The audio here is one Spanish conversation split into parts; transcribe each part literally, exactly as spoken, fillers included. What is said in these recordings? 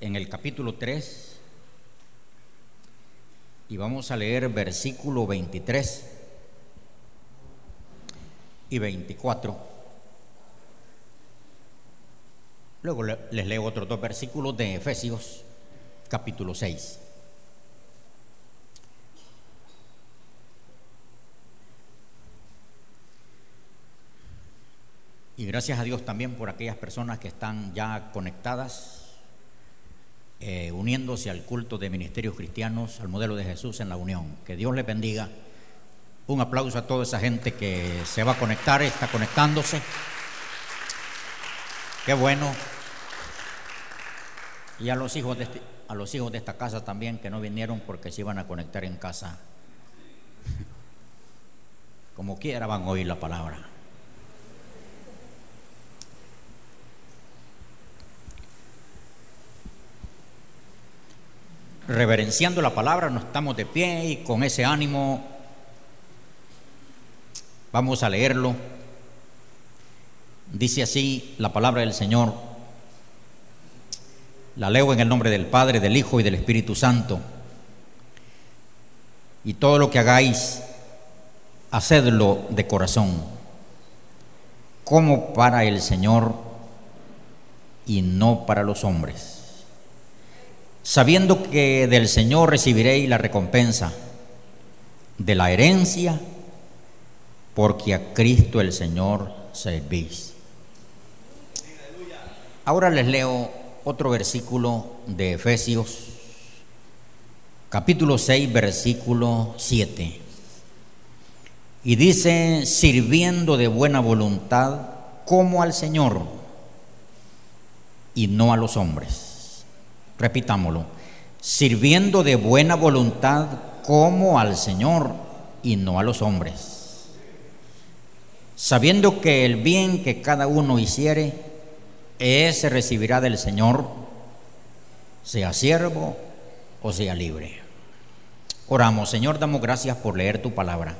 en el capítulo tres y vamos a leer versículo veintitrés y veinticuatro. Luego les leo otros dos versículos de Efesios capítulo seis. Y gracias a Dios también por aquellas personas que están ya conectadas, eh, uniéndose al culto de ministerios cristianos, al modelo de Jesús en la unión. Que Dios les bendiga. Un aplauso a toda esa gente que se va a conectar, está conectándose. Qué bueno. Y a los hijos de este, a los hijos de esta casa también, que no vinieron porque se iban a conectar en casa. Como quiera van a oír la palabra. Reverenciando la palabra, nos estamos de pie y con ese ánimo vamos a leerlo. Dice así la palabra del Señor. La leo en el nombre del Padre, del Hijo y del Espíritu Santo. Y todo lo que hagáis, hacedlo de corazón, como para el Señor y no para los hombres, sabiendo que del Señor recibiréis la recompensa de la herencia, porque a Cristo el Señor servís. Ahora les leo otro versículo de Efesios, capítulo seis, versículo siete. Y dice: sirviendo de buena voluntad como al Señor y no a los hombres. Repitámoslo: sirviendo de buena voluntad como al Señor y no a los hombres, sabiendo que el bien que cada uno hiciere, ese recibirá del Señor, sea siervo o sea libre. Oramos. Señor, damos gracias por leer tu palabra,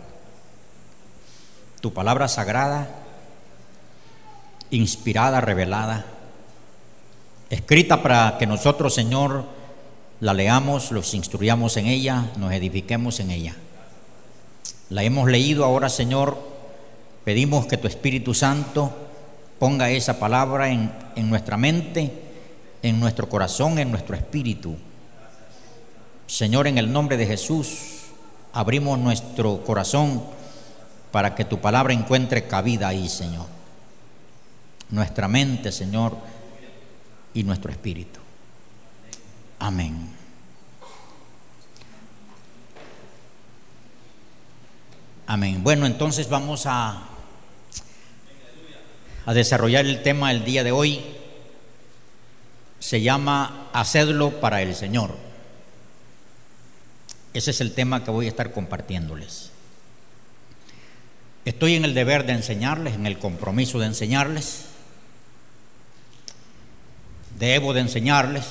tu palabra sagrada, inspirada, revelada, escrita para que nosotros, Señor, la leamos, los instruyamos en ella, nos edifiquemos en ella. La hemos leído ahora, Señor, pedimos que tu Espíritu Santo ponga esa palabra en, en nuestra mente, en nuestro corazón, en nuestro espíritu. Señor, en el nombre de Jesús, abrimos nuestro corazón para que tu palabra encuentre cabida ahí, Señor. Nuestra mente, Señor, y nuestro espíritu. Amén. Amén. Bueno, entonces vamos a, a desarrollar el tema del día de hoy. Se llama Hacedlo para el Señor. Ese es el tema que voy a estar compartiéndoles. Estoy en el deber de enseñarles, en el compromiso de enseñarles. Debo de enseñarles.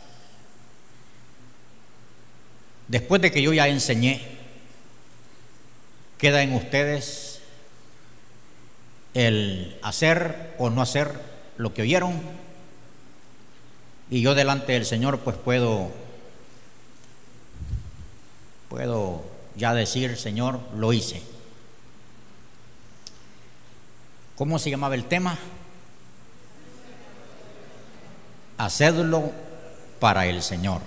Después de que yo ya enseñé, queda en ustedes el hacer o no hacer lo que oyeron, y yo delante del Señor pues puedo puedo ya decir: Señor, lo hice. ¿Cómo se llamaba el tema? Hacedlo para el Señor.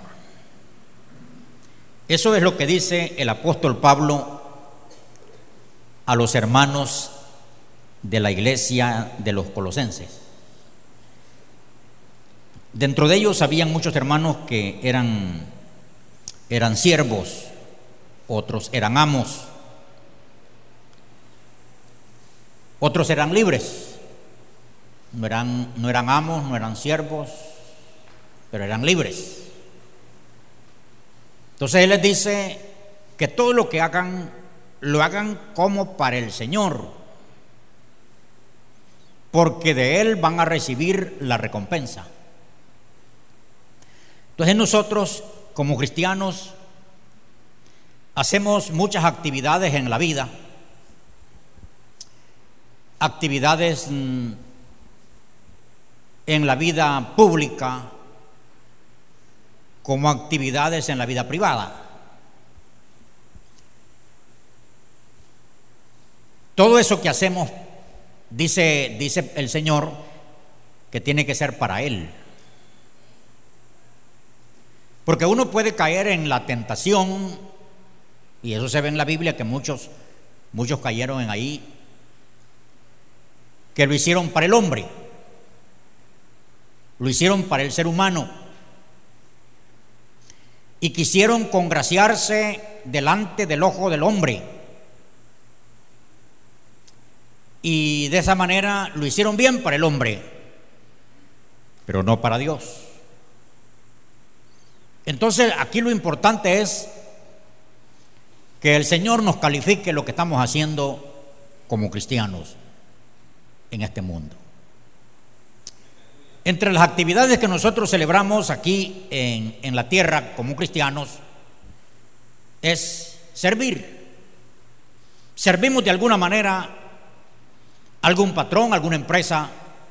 Eso es lo que dice el apóstol Pablo a los hermanos de la iglesia de los Colosenses. Dentro de ellos habían muchos hermanos que eran, eran siervos, otros eran amos, otros eran libres. No eran, no eran amos, no eran siervos, pero eran libres. Entonces él les dice que todo lo que hagan, lo hagan como para el Señor, porque de Él van a recibir la recompensa. Entonces nosotros, como cristianos, hacemos muchas actividades en la vida, actividades en la vida pública, como actividades en la vida privada. Todo eso que hacemos, dice, dice el Señor, que tiene que ser para Él. Porque uno puede caer en la tentación, y eso se ve en la Biblia, que muchos, muchos cayeron en ahí, que lo hicieron para el hombre, lo hicieron para el ser humano, y quisieron congraciarse delante del ojo del hombre, y de esa manera lo hicieron bien para el hombre, pero no para Dios. Entonces aquí lo importante es que el Señor nos califique lo que estamos haciendo como cristianos en este mundo. Entre las actividades que nosotros celebramos aquí en, en la tierra como cristianos es servir. Servimos de alguna manera a algún patrón, alguna empresa,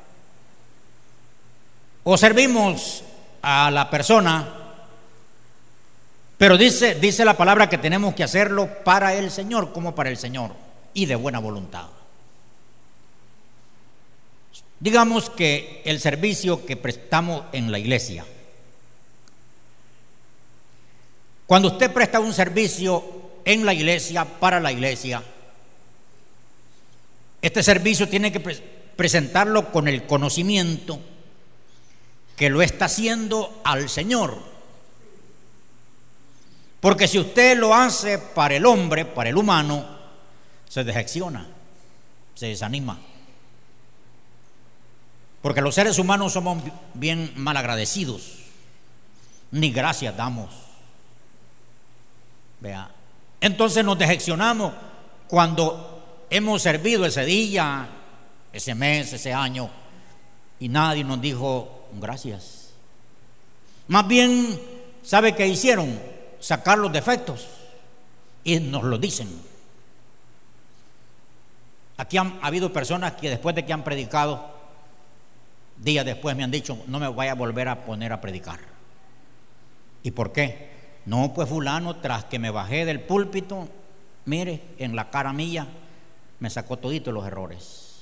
o servimos a la persona. Pero dice, dice la palabra que tenemos que hacerlo para el Señor, como para el Señor, y de buena voluntad. Digamos que el servicio que prestamos en la iglesia. Cuando usted presta un servicio en la iglesia, para la iglesia, este servicio tiene que pre- presentarlo con el conocimiento que lo está haciendo al Señor. Porque si usted lo hace para el hombre, para el humano, se decepciona, se desanima. Porque los seres humanos somos bien malagradecidos, ni gracias damos. Vea, entonces nos decepcionamos cuando hemos servido ese día, ese mes, ese año, y nadie nos dijo gracias. Más bien, ¿sabe qué hicieron? Sacar los defectos y nos lo dicen. Aquí han ha habido personas que después de que han predicado, días después me han dicho: no me vaya a volver a poner a predicar. ¿Y por qué? No, pues fulano, tras que me bajé del púlpito, mire, en la cara mía me sacó todito los errores.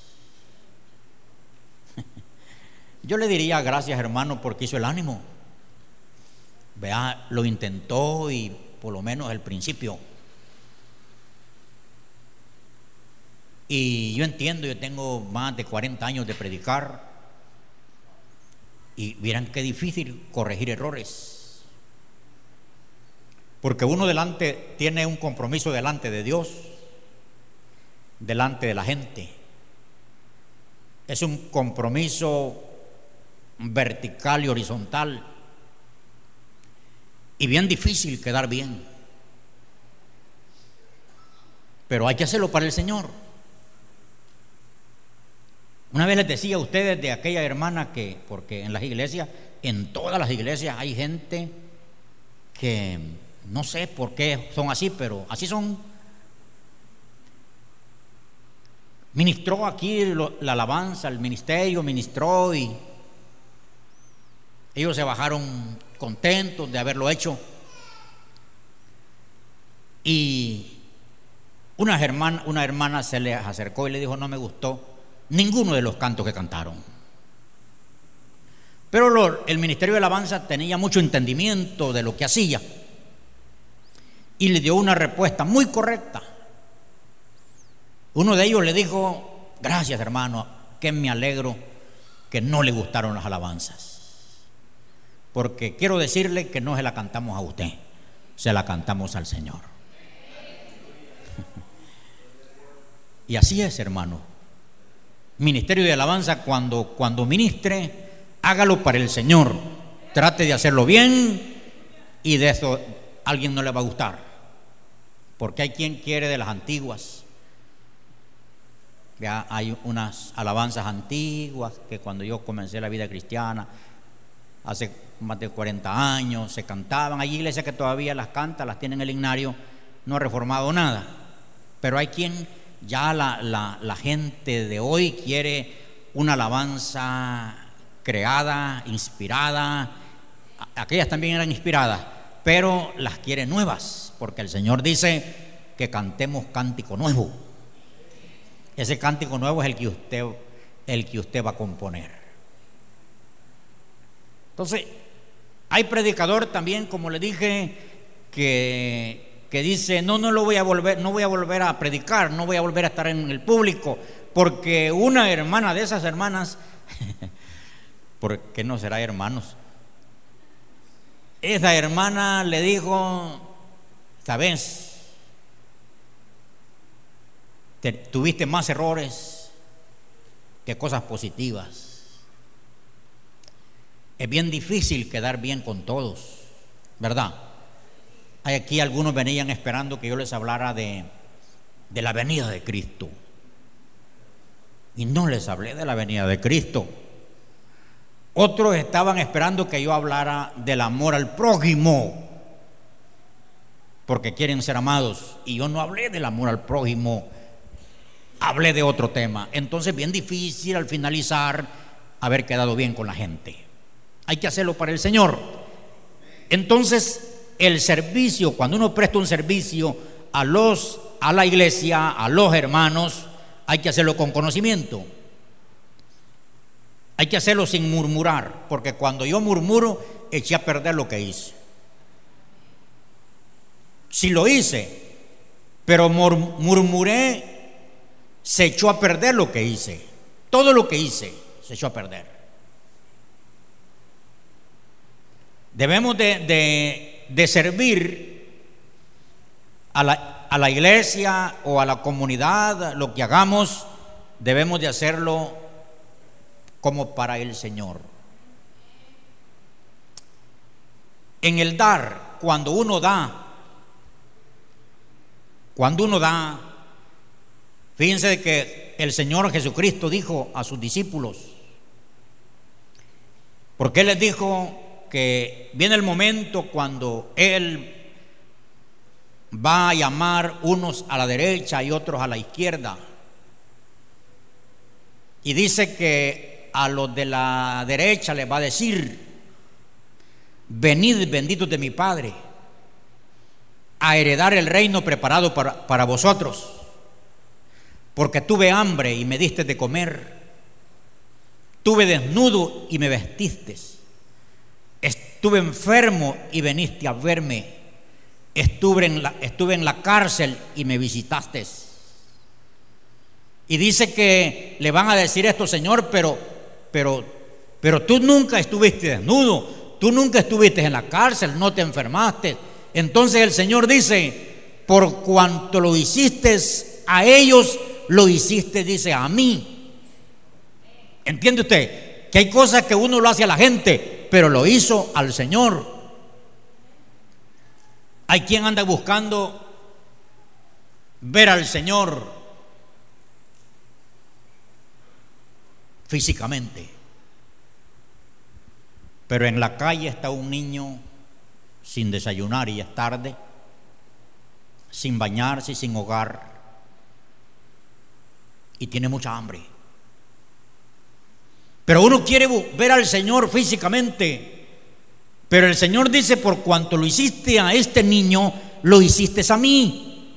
Yo le diría gracias, hermano, porque hizo el ánimo. Vea, lo intentó, y por lo menos el principio. Y yo entiendo, yo tengo más de cuarenta años de predicar, y vieran qué difícil corregir errores, porque uno delante tiene un compromiso delante de Dios, delante de la gente. Es un compromiso vertical y horizontal, y bien difícil quedar bien, pero hay que hacerlo para el Señor. Una vez les decía a ustedes de aquella hermana que, porque en las iglesias, en todas las iglesias hay gente que no sé por qué son así, pero así son. Ministró aquí lo, la alabanza, el ministerio ministró, y ellos se bajaron contentos de haberlo hecho, y una hermana, una hermana se les acercó y le dijo: no me gustó ninguno de los cantos que cantaron. Pero lo, el ministerio de alabanza tenía mucho entendimiento de lo que hacía, y le dio una respuesta muy correcta. Uno de ellos le dijo: gracias, hermano, que me alegro que no le gustaron las alabanzas, porque quiero decirle que no se la cantamos a usted, se la cantamos al Señor. Y así es, hermano. Ministerio de alabanza, cuando, cuando ministre, hágalo para el Señor. Trate de hacerlo bien, y de eso a alguien no le va a gustar, porque hay quien quiere de las antiguas. Ya hay unas alabanzas antiguas que cuando yo comencé la vida cristiana, hace más de cuarenta años, se cantaban. Hay iglesias que todavía las cantan, las tienen en el himnario, no ha reformado nada. Pero hay quien, ya la, la, la gente de hoy quiere una alabanza creada, inspirada, aquellas también eran inspiradas, pero las quiere nuevas, porque el Señor dice que cantemos cántico nuevo. Ese cántico nuevo es el que usted, el que usted va a componer. Entonces, hay predicador también, como le dije, que, que dice, no, no lo voy a volver, no voy a volver a predicar, no voy a volver a estar en el público, porque una hermana de esas hermanas, ¿por qué no será hermanos? Esa hermana le dijo, ¿sabes? Te, tuviste más errores que cosas positivas. Es bien difícil quedar bien con todos, ¿verdad? Aquí algunos venían esperando que yo les hablara de, de la venida de Cristo, y no les hablé de la venida de Cristo. Otros estaban esperando que yo hablara del amor al prójimo, porque quieren ser amados, y yo no hablé del amor al prójimo, hablé de otro tema. Entonces, bien difícil al finalizar haber quedado bien con la gente. Hay que hacerlo para el Señor. Entonces, el servicio, cuando uno presta un servicio a los, a la iglesia, a los hermanos, hay que hacerlo con conocimiento. Hay que hacerlo sin murmurar, porque cuando yo murmuro, eché a perder lo que hice. Si lo hice, pero murmuré, se echó a perder lo que hice. Todo lo que hice se echó a perder. Debemos de, de, de servir a la, a la iglesia o a la comunidad. Lo que hagamos debemos de hacerlo como para el Señor. En el dar, cuando uno da, cuando uno da, fíjense que el Señor Jesucristo dijo a sus discípulos, porque Él les dijo que viene el momento cuando Él va a llamar unos a la derecha y otros a la izquierda, y dice que a los de la derecha les va a decir: venid benditos de mi Padre a heredar el reino preparado para, para vosotros, porque tuve hambre y me diste de comer, tuve desnudo y me vestiste, estuve enfermo y viniste a verme, estuve en la, estuve en la cárcel y me visitaste. Y dice que le van a decir esto: Señor, pero, pero, pero tú nunca estuviste desnudo, tú nunca estuviste en la cárcel, no te enfermaste. Entonces el Señor dice: por cuanto lo hiciste a ellos, lo hiciste, dice, a mí. ¿Entiende usted? Que hay cosas que uno lo hace a la gente, pero lo hizo al Señor. Hay quien anda buscando ver al Señor físicamente, pero en la calle está un niño sin desayunar y ya es tarde, sin bañarse y sin hogar, y tiene mucha hambre. Pero uno quiere ver al Señor físicamente, pero el Señor dice: por cuanto lo hiciste a este niño, lo hiciste a mí.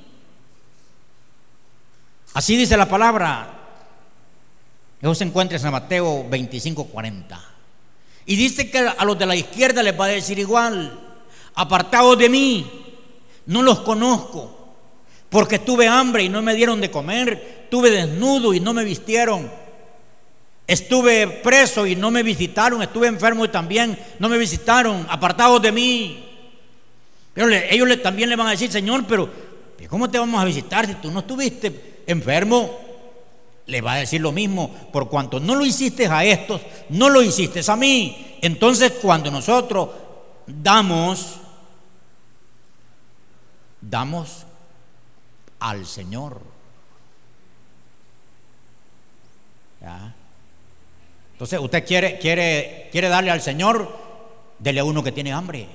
Así dice la palabra. Eso se encuentra en San Mateo veinticinco cuarenta. Y dice que a los de la izquierda les va a decir igual: apartaos de mí, no los conozco, porque tuve hambre y no me dieron de comer, tuve desnudo y no me vistieron, estuve preso y no me visitaron, estuve enfermo y también no me visitaron, apartados de mí. Pero le, ellos le, también le van a decir: Señor, pero ¿cómo te vamos a visitar si tú no estuviste enfermo? Le va a decir lo mismo: por cuanto no lo hiciste a estos, no lo hiciste a mí. Entonces, cuando nosotros damos, damos al Señor. ¿Ya? Entonces, usted quiere, quiere, quiere darle al Señor, dele a uno que tiene hambre,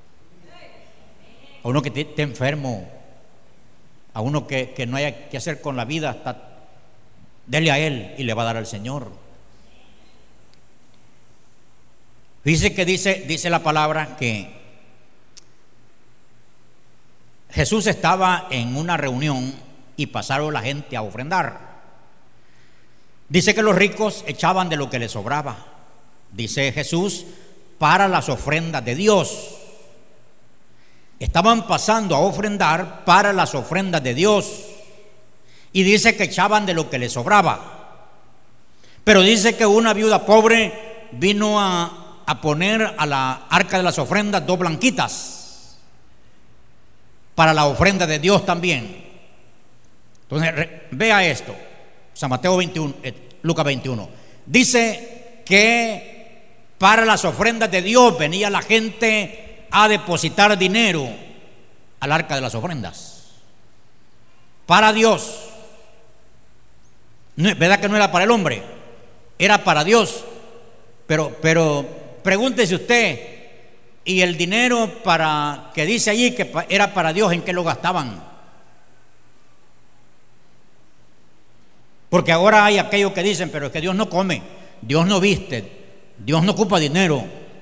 a uno que esté enfermo, a uno que, que no haya que hacer con la vida, hasta, dele a Él y le va a dar al Señor. Fíjese que dice, dice la palabra que Jesús estaba en una reunión y pasaron la gente a ofrendar. Dice que los ricos echaban de lo que les sobraba. Dice Jesús, para las ofrendas de Dios. Estaban pasando a ofrendar para las ofrendas de Dios. Y dice que echaban de lo que les sobraba. Pero dice que una viuda pobre vino a, a poner a la arca de las ofrendas dos blanquitas para la ofrenda de Dios también. Entonces re, vea esto, San Mateo veintiuno, eh, Lucas veintiuno. Dice que para las ofrendas de Dios venía la gente a depositar dinero al arca de las ofrendas. Para Dios. No, ¿verdad que no era para el hombre? Era para Dios. Pero, pero pregúntese usted, ¿y el dinero para que dice allí que era para Dios, en qué lo gastaban? Porque ahora hay aquellos que dicen, pero es que Dios no come, Dios no viste, Dios no ocupa dinero.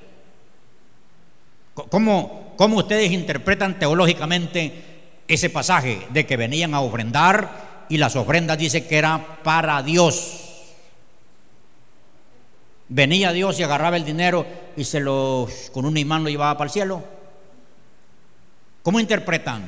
¿Cómo, cómo ustedes interpretan teológicamente ese pasaje de que venían a ofrendar y las ofrendas dice que era para Dios? Venía Dios y agarraba el dinero y se lo, con un imán lo llevaba para el cielo. ¿Cómo interpretan?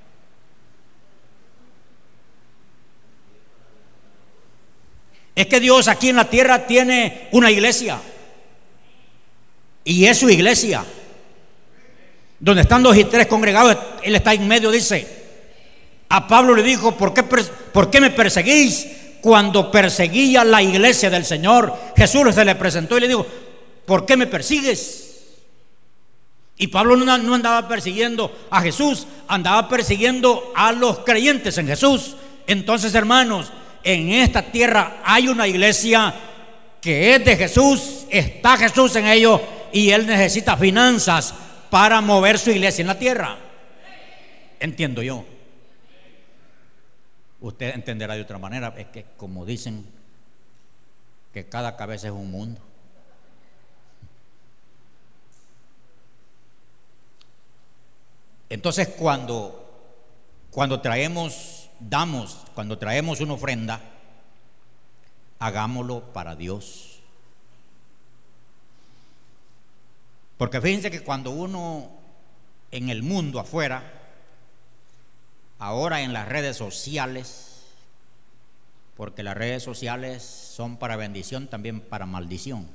Es que Dios aquí en la tierra tiene una iglesia y es su iglesia donde están dos y tres congregados. Él está en medio. Dice, a Pablo le dijo, ¿por qué, por qué me perseguís? Cuando perseguía la iglesia del Señor, Jesús se le presentó y le dijo, ¿por qué me persigues? Y Pablo no, no andaba persiguiendo a Jesús, andaba persiguiendo a los creyentes en Jesús. Entonces, hermanos, en esta tierra hay una iglesia que es de Jesús, está Jesús en ellos y Él necesita finanzas para mover su iglesia en la tierra. Entiendo yo. Usted entenderá de otra manera. Es que como dicen que cada cabeza es un mundo. Entonces cuando cuando traemos, damos, cuando traemos una ofrenda, hagámoslo para Dios. Porque fíjense que cuando uno en el mundo afuera, ahora en las redes sociales, porque las redes sociales son para bendición, también para maldición.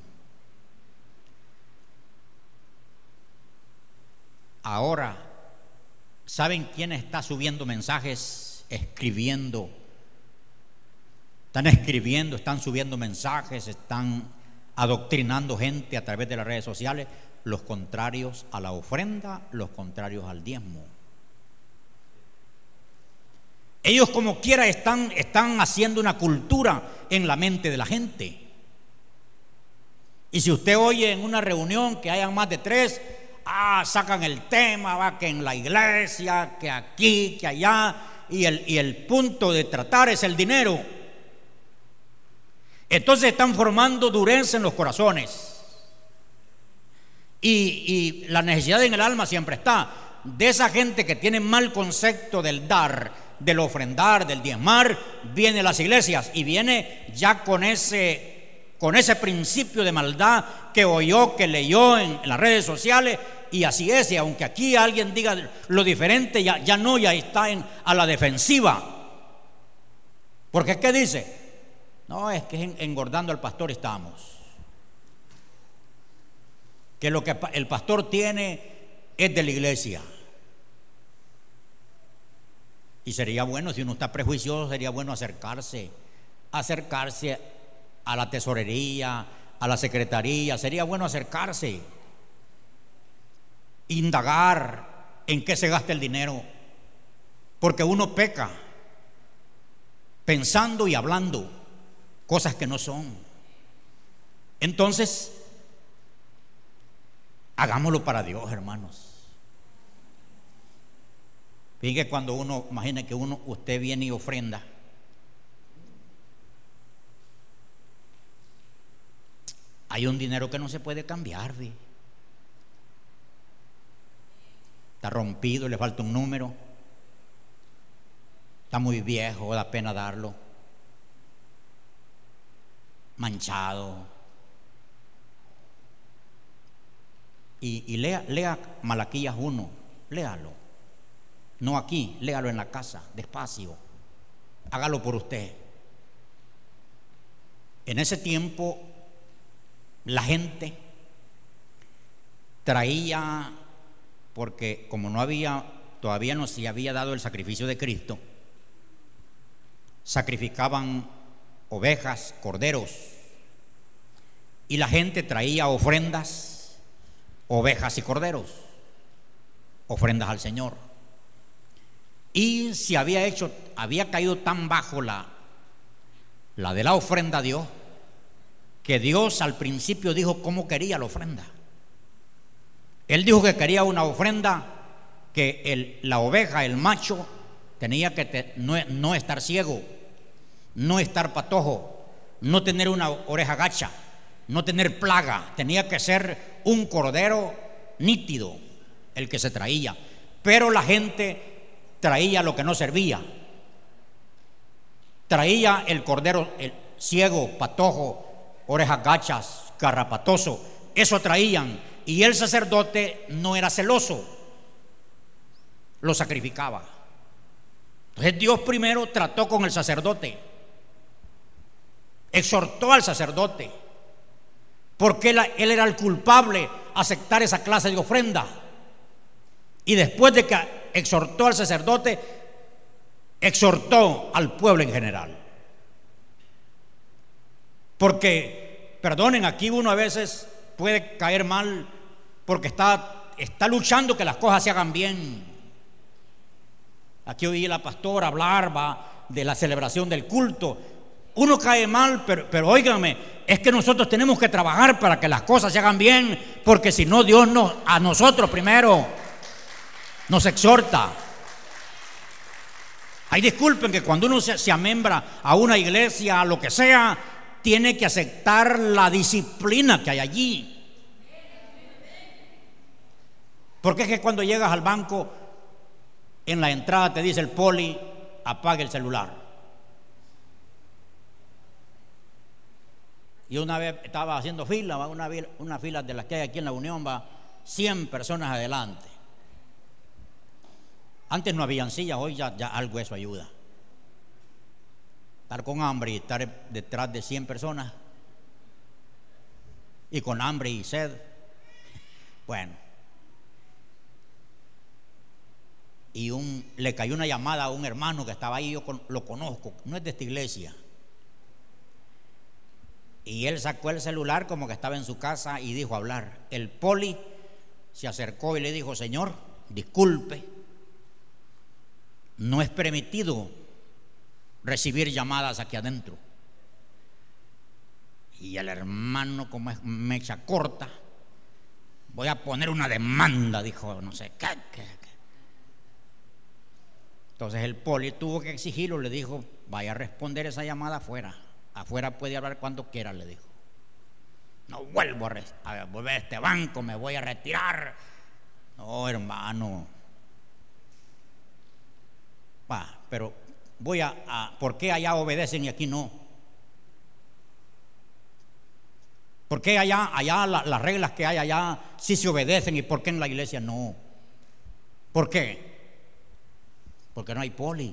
Ahora, ¿saben quién está subiendo mensajes? Escribiendo. Están escribiendo, están subiendo mensajes, están adoctrinando gente a través de las redes sociales. Los contrarios a la ofrenda, los contrarios al diezmo. Ellos como quiera están, están haciendo una cultura en la mente de la gente. Y si usted oye en una reunión que hayan más de tres, ah, sacan el tema, va, que en la iglesia, que aquí, que allá, y el, y el punto de tratar es el dinero. Entonces están formando dureza en los corazones. Y, y la necesidad en el alma siempre está. De esa gente que tiene mal concepto del dar, del ofrendar, del diezmar, viene a las iglesias y viene ya con ese, con ese principio de maldad que oyó, que leyó en, en las redes sociales, y así es. Y aunque aquí alguien diga lo diferente, ya, ya no, ya está en, a la defensiva. Porque ¿qué dice? No, es que engordando al pastor estamos. Que lo que el pastor tiene es de la iglesia. Y sería bueno, si uno está prejuicioso, sería bueno acercarse, acercarse a la tesorería, a la secretaría, sería bueno acercarse, indagar en qué se gasta el dinero, porque uno peca pensando y hablando cosas que no son. Entonces, hagámoslo para Dios, hermanos. Fíjense que cuando uno, imagine que uno, usted viene y ofrenda, hay un dinero que no se puede cambiar, ¿ve? está rompido, le falta un número, está muy viejo, da pena darlo, manchado. Y, y lea, lea Malaquías uno, léalo. No aquí, léalo en la casa, despacio. Hágalo por usted. En ese tiempo, la gente traía, porque como no había, todavía no se había dado el sacrificio de Cristo, sacrificaban ovejas, corderos, y la gente traía ofrendas, ovejas y corderos, ofrendas al Señor. Y se había hecho, había caído tan bajo la, la de la ofrenda a Dios, que Dios al principio dijo cómo quería la ofrenda. Él dijo que quería una ofrenda que el, la oveja, el macho, tenía que te, no, no estar ciego, no estar patojo, no tener una oreja gacha, no tener plaga. Tenía que ser un cordero nítido el que se traía. Pero la gente traía lo que no servía. Traía el cordero el ciego, patojo, orejas gachas, garrapatoso. Eso traían. Y el sacerdote no era celoso, lo sacrificaba. Entonces Dios primero trató con el sacerdote, exhortó al sacerdote, porque él, él era el culpable a aceptar esa clase de ofrenda. Y después de que exhortó al sacerdote, exhortó al pueblo en general. Porque, perdonen, aquí uno a veces puede caer mal porque está, está luchando que las cosas se hagan bien. Aquí oí a la pastora hablar va, de la celebración del culto. Uno cae mal, pero, pero óigame, es que nosotros tenemos que trabajar para que las cosas se hagan bien, porque si no, Dios nos, a nosotros primero nos exhorta. Ay, disculpen que cuando uno se, se amembra a una iglesia, a lo que sea, tiene que aceptar la disciplina que hay allí. Porque es que cuando llegas al banco, en la entrada te dice el poli, apague el celular. Y una vez estaba haciendo fila, una, una fila de las que hay aquí en la Unión, va cien personas adelante. Antes no habían sillas, hoy ya, ya algo eso ayuda. Estar con hambre y estar detrás de cien personas y con hambre y sed, bueno. Y un, le cayó una llamada a un hermano que estaba ahí, yo con, lo conozco, no es de esta iglesia. Y él sacó el celular como que estaba en su casa y dijo a hablar. El poli se acercó y le dijo: señor, disculpe, no es permitido recibir llamadas aquí adentro. Y el hermano, como es mecha corta, voy a poner una demanda, dijo, no sé qué, qué, qué. Entonces el poli tuvo que exigirlo, le dijo: vaya a responder esa llamada afuera. Afuera puede hablar cuando quiera, le dijo. No vuelvo a, a volver a este banco, me voy a retirar. No, hermano. Va, pero voy a, a ¿por qué allá obedecen y aquí no? ¿Por qué allá, allá la, las reglas que hay allá sí se obedecen y por qué en la iglesia no? ¿Por qué? Porque no hay poli.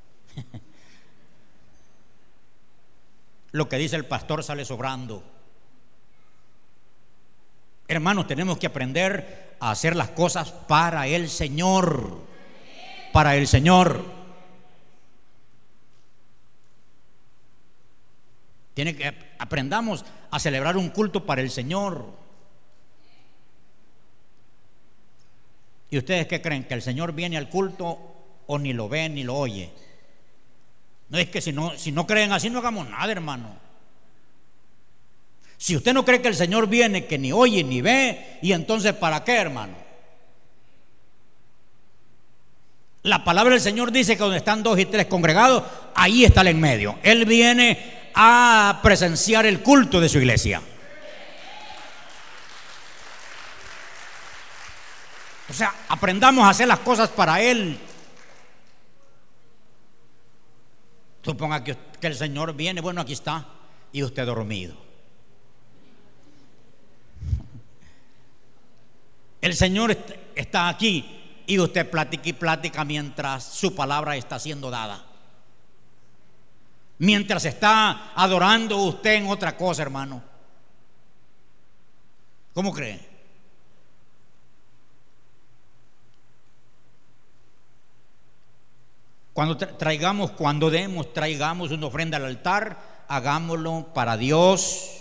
Lo que dice el pastor sale sobrando. Hermanos, tenemos que aprender a hacer las cosas para el Señor. Para el Señor. Tiene que aprendamos a celebrar un culto para el Señor. ¿Y ustedes qué creen? ¿Que el Señor viene al culto o ni lo ve ni lo oye? No es que si no, si no creen así no hagamos nada, hermano. Si usted no cree que el Señor viene, que ni oye ni ve, y entonces ¿para qué, hermano? La palabra del Señor dice que donde están dos y tres congregados, ahí está el en medio. Él viene a presenciar el culto de su iglesia. O sea, aprendamos a hacer las cosas para Él. Suponga que, que el Señor viene, bueno, aquí está, y usted dormido. El Señor está aquí y usted platica y platica mientras su palabra está siendo dada. Mientras está adorando usted en otra cosa, hermano. ¿Cómo cree? Cuando traigamos, cuando demos, traigamos una ofrenda al altar, hagámoslo para Dios.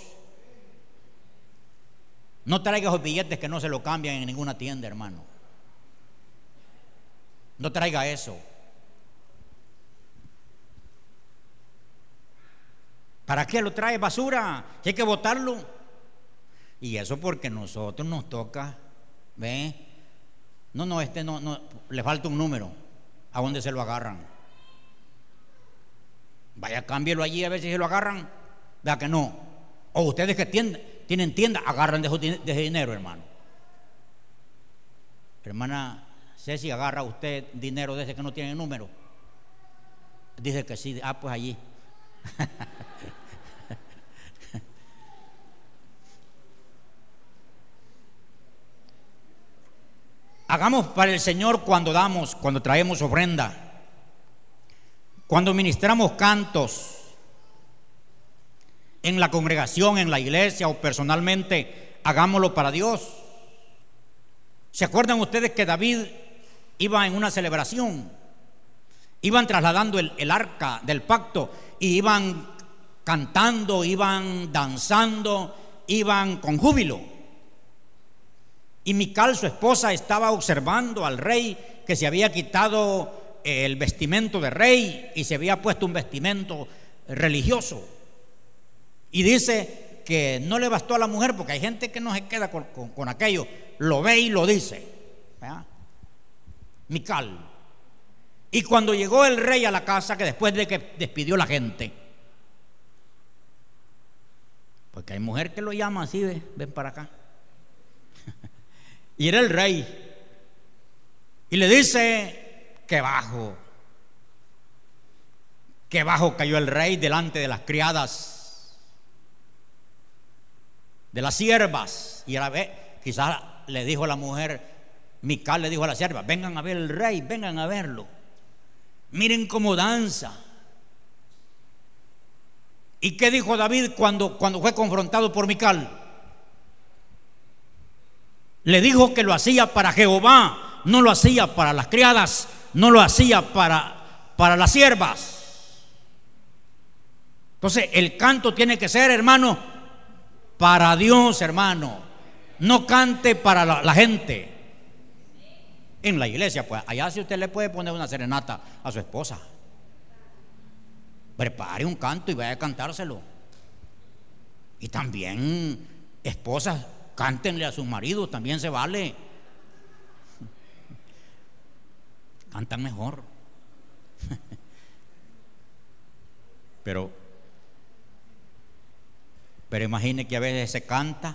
No traiga esos billetes que no se lo cambian en ninguna tienda, hermano. No traiga eso. ¿Para qué lo trae? Basura, que hay que botarlo. Y eso porque nosotros nos toca, ¿ve? No, no, este no, no, le falta un número. ¿A dónde se lo agarran? Vaya, cámbielo allí a ver si se lo agarran. Vea que no. O ustedes que tienden, tienen tienda, agarran de ese dinero, hermano. Hermana Ceci, ¿agarra usted dinero de ese que no tiene número? Dice que sí. Ah, pues allí. Hagamos para el Señor cuando damos, cuando traemos ofrenda, cuando ministramos cantos en la congregación, en la iglesia o personalmente, hagámoslo para Dios. ¿Se acuerdan ustedes que David iba en una celebración? Iban trasladando el, el arca del pacto y iban cantando, iban danzando, iban con júbilo. Y Mical, su esposa, estaba observando al rey que se había quitado el vestimento de rey y se había puesto un vestimento religioso. Y dice que no le bastó a la mujer, porque hay gente que no se queda con, con, con aquello, lo ve y lo dice, ¿verdad? Mical. Y cuando llegó el rey a la casa, que después de que despidió la gente, porque hay mujer que lo llama así, ven, ven para acá. Y era el rey. Y le dice que bajo, que bajo cayó el rey delante de las criadas, de las siervas. Y a la vez, quizás le dijo a la mujer, Mical le dijo a la sierva, vengan a ver el rey, vengan a verlo. Miren cómo danza. ¿Y qué dijo David cuando, cuando fue confrontado por Mical? Le dijo que lo hacía para Jehová, no lo hacía para las criadas, no lo hacía para, para las siervas. Entonces el canto tiene que ser, hermano, para Dios, hermano. No cante para la, la gente. En la iglesia, pues allá si usted le puede poner una serenata a su esposa, prepare un canto y vaya a cantárselo. Y también, esposas, cántenle a sus maridos, también se vale. Cantan mejor. Pero, pero imagine que a veces se canta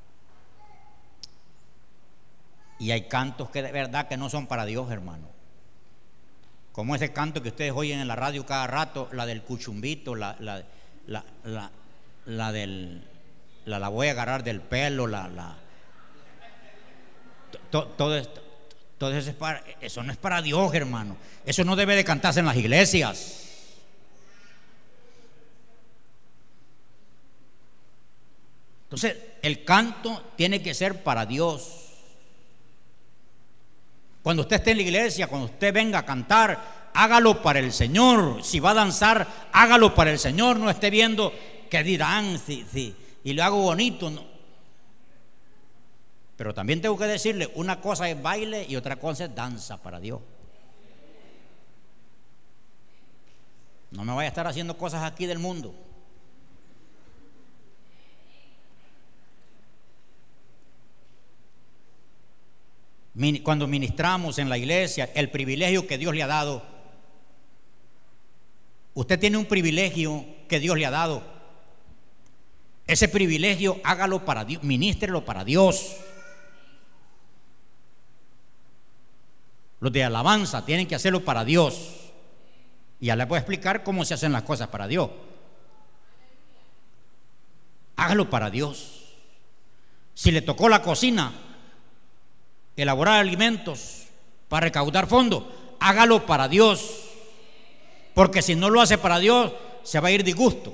y hay cantos que de verdad que no son para Dios, hermano. Como ese canto que ustedes oyen en la radio cada rato, la del cuchumbito, la, la, la, la, la del la, la voy a agarrar del pelo, la, la to, todo esto, todo eso es para, eso no es para Dios, hermano. Eso no debe de cantarse en las iglesias. Entonces, el canto tiene que ser para Dios. Cuando usted esté en la iglesia, cuando usted venga a cantar, hágalo para el Señor. Si va a danzar, hágalo para el Señor. No esté viendo qué dirán, si, si, y lo hago bonito, no. Pero también tengo que decirle, una cosa es baile y otra cosa es danza para Dios. No me vaya a estar haciendo cosas aquí del mundo. Cuando ministramos en la iglesia, el privilegio que Dios le ha dado, usted tiene un privilegio que Dios le ha dado. Ese privilegio hágalo para Dios, ministrelo para Dios. Los de alabanza tienen que hacerlo para Dios. Y ya les voy a explicar cómo se hacen las cosas para Dios. Hágalo para Dios. Si le tocó la cocina, elaborar alimentos para recaudar fondos, hágalo para Dios. Porque si no lo hace para Dios, se va a ir disgusto.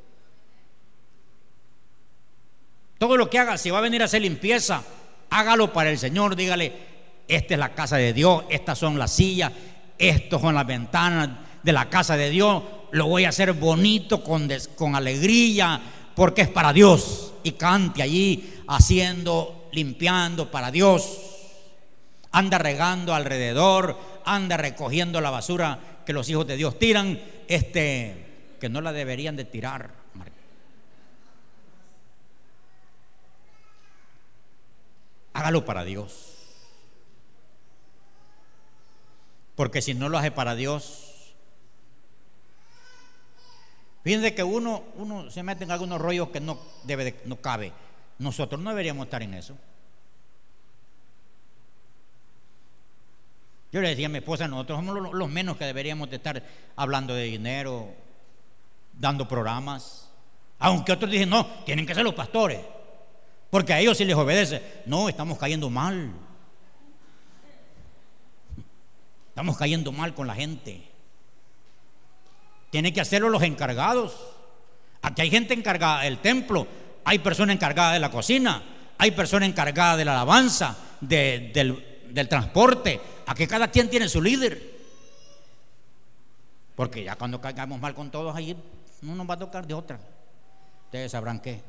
Todo lo que haga, si va a venir a hacer limpieza, hágalo para el Señor. Dígale: esta es la casa de Dios, estas son las sillas, estos son las ventanas de la casa de Dios. Lo voy a hacer bonito, con, des, con alegría, porque es para Dios. Y cante allí haciendo, limpiando para Dios. Anda regando alrededor, anda recogiendo la basura que los hijos de Dios tiran, este, que no la deberían de tirar. Hágalo para Dios. Porque si no lo hace para Dios, fíjense que uno, uno se mete en algunos rollos que no debe de, no cabe. Nosotros no deberíamos estar en eso. Yo le decía a mi esposa: nosotros somos los, los menos que deberíamos de estar hablando de dinero, dando programas. Aunque otros dicen: no, tienen que ser los pastores, porque a ellos sí les obedece. No, estamos cayendo mal. Estamos cayendo mal con la gente. Tienen que hacerlo los encargados. Aquí hay gente encargada del templo, hay personas encargadas de la cocina, hay personas encargadas de la alabanza, de, del, del transporte. Aquí cada quien tiene su líder. Porque ya cuando caigamos mal con todos, ahí no nos va a tocar de otra. Ustedes sabrán qué.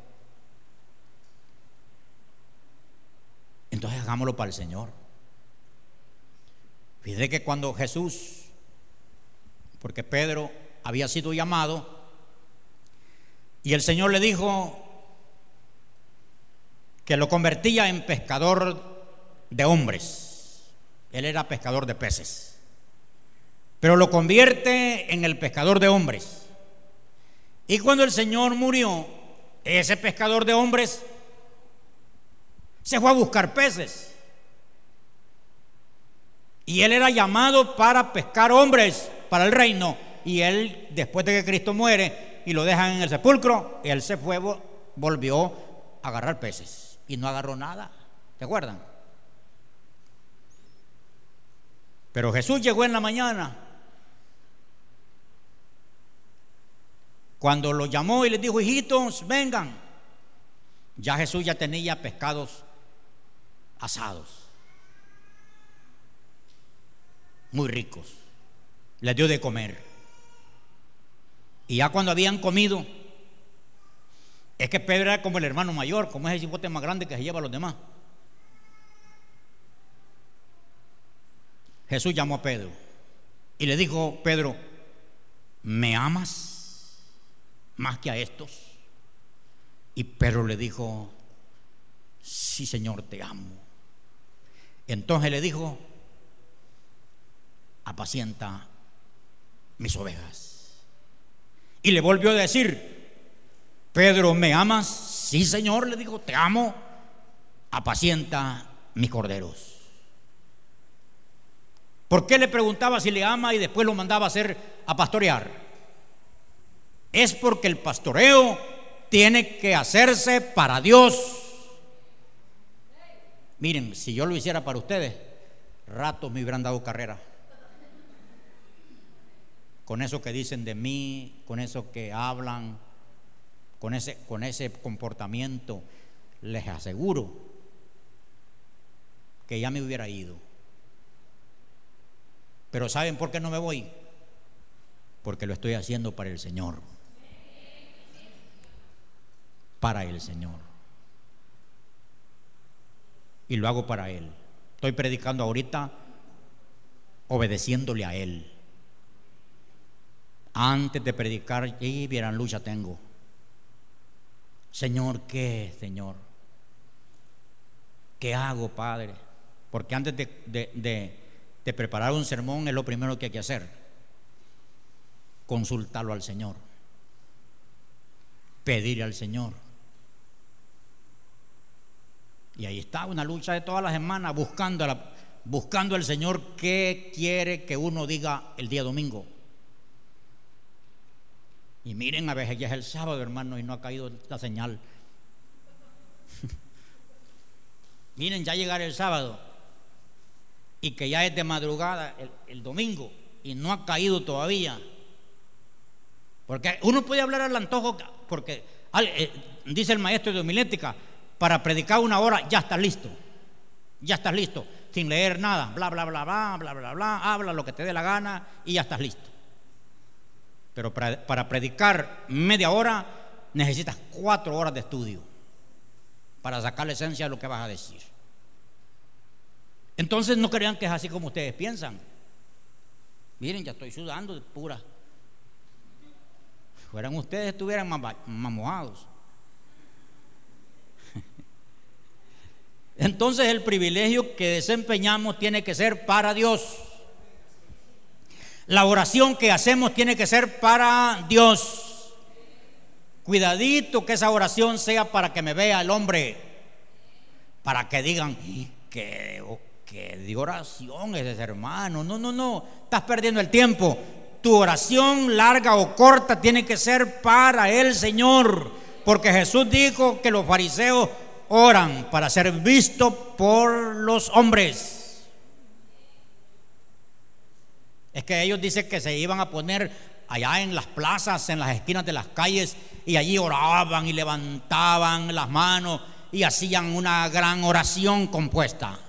Entonces hagámoslo para el Señor. Fíjate que cuando Jesús, porque Pedro había sido llamado, y el Señor le dijo que lo convertía en pescador de hombres. Él era pescador de peces, pero lo convierte en el pescador de hombres. Y cuando el Señor murió, ese pescador de hombres se fue a buscar peces. Y él era llamado para pescar hombres para el reino. Y él, después de que Cristo muere y lo dejan en el sepulcro, él se fue, volvió a agarrar peces y no agarró nada. ¿Se acuerdan? Pero Jesús llegó en la mañana, cuando los llamó y les dijo: hijitos, vengan. Ya Jesús ya tenía pescados asados, muy ricos. Les dio de comer. Y ya cuando habían comido, es que Pedro era como el hermano mayor, como ese cipote más grande que se lleva a los demás. Jesús llamó a Pedro y le dijo: Pedro, ¿me amas más que a estos? Y Pedro le dijo: sí, Señor, te amo. Entonces le dijo: apacienta mis ovejas. Y le volvió a decir: Pedro, ¿me amas? Sí, Señor, le dijo, te amo. Apacienta mis corderos. ¿Por qué le preguntaba si le ama y después lo mandaba a hacer a pastorear? Es porque el pastoreo tiene que hacerse para Dios. Miren, si yo lo hiciera para ustedes, ratos me hubieran dado carrera. Con eso que dicen de mí, con eso que hablan, con ese, con ese comportamiento, les aseguro que ya me hubiera ido. Pero ¿saben por qué no me voy? Porque lo estoy haciendo para el Señor. Para el Señor. Y lo hago para Él. Estoy predicando ahorita obedeciéndole a Él. Antes de predicar, y vieran, lucha tengo. Señor, ¿qué, Señor? ¿Qué hago, Padre? Porque antes de, de, de, de preparar un sermón es lo primero que hay que hacer: consultarlo al Señor, pedirle al Señor. Y ahí está una lucha de todas las semanas, buscando la, buscando al Señor qué quiere que uno diga el día domingo. Y miren, a veces ya es el sábado, hermano, y no ha caído la señal. Miren, ya llegará el sábado y que ya es de madrugada el, el domingo y no ha caído todavía. Porque uno puede hablar al antojo, porque eh, dice el maestro de homilética, para predicar una hora ya estás listo, ya estás listo, sin leer nada, bla, bla, bla, bla, bla, bla, bla, habla lo que te dé la gana y ya estás listo. Pero para, para predicar media hora necesitas cuatro horas de estudio para sacar la esencia de lo que vas a decir. Entonces no crean que es así como ustedes piensan. Miren, ya estoy sudando de pura. Fueran ustedes, estuvieran más, más mojados. Entonces el privilegio que desempeñamos tiene que ser para Dios. La oración que hacemos tiene que ser para Dios. Cuidadito que esa oración sea para que me vea el hombre, para que digan que, que de oración es ese hermano. No, no, no, estás perdiendo el tiempo. Tu oración, larga o corta, tiene que ser para el Señor, porque Jesús dijo que los fariseos oran para ser vistos por los hombres. Es que ellos dicen que se iban a poner allá en las plazas, en las esquinas de las calles, y allí oraban y levantaban las manos y hacían una gran oración compuesta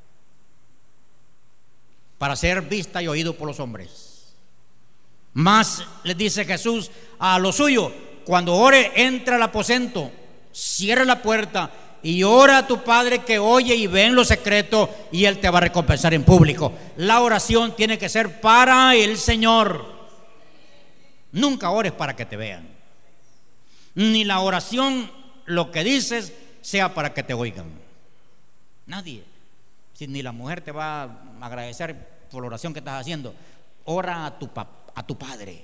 para ser vista y oído por los hombres. Más les dice Jesús a los suyos: cuando ore, entra al aposento, cierra la puerta y ora a tu Padre que oye y ve en lo secreto, y Él te va a recompensar en público. La oración tiene que ser para el Señor. Nunca ores para que te vean, ni la oración, lo que dices, sea para que te oigan. Nadie. Si ni la mujer te va a agradecer por la oración que estás haciendo, ora a tu, a tu Padre.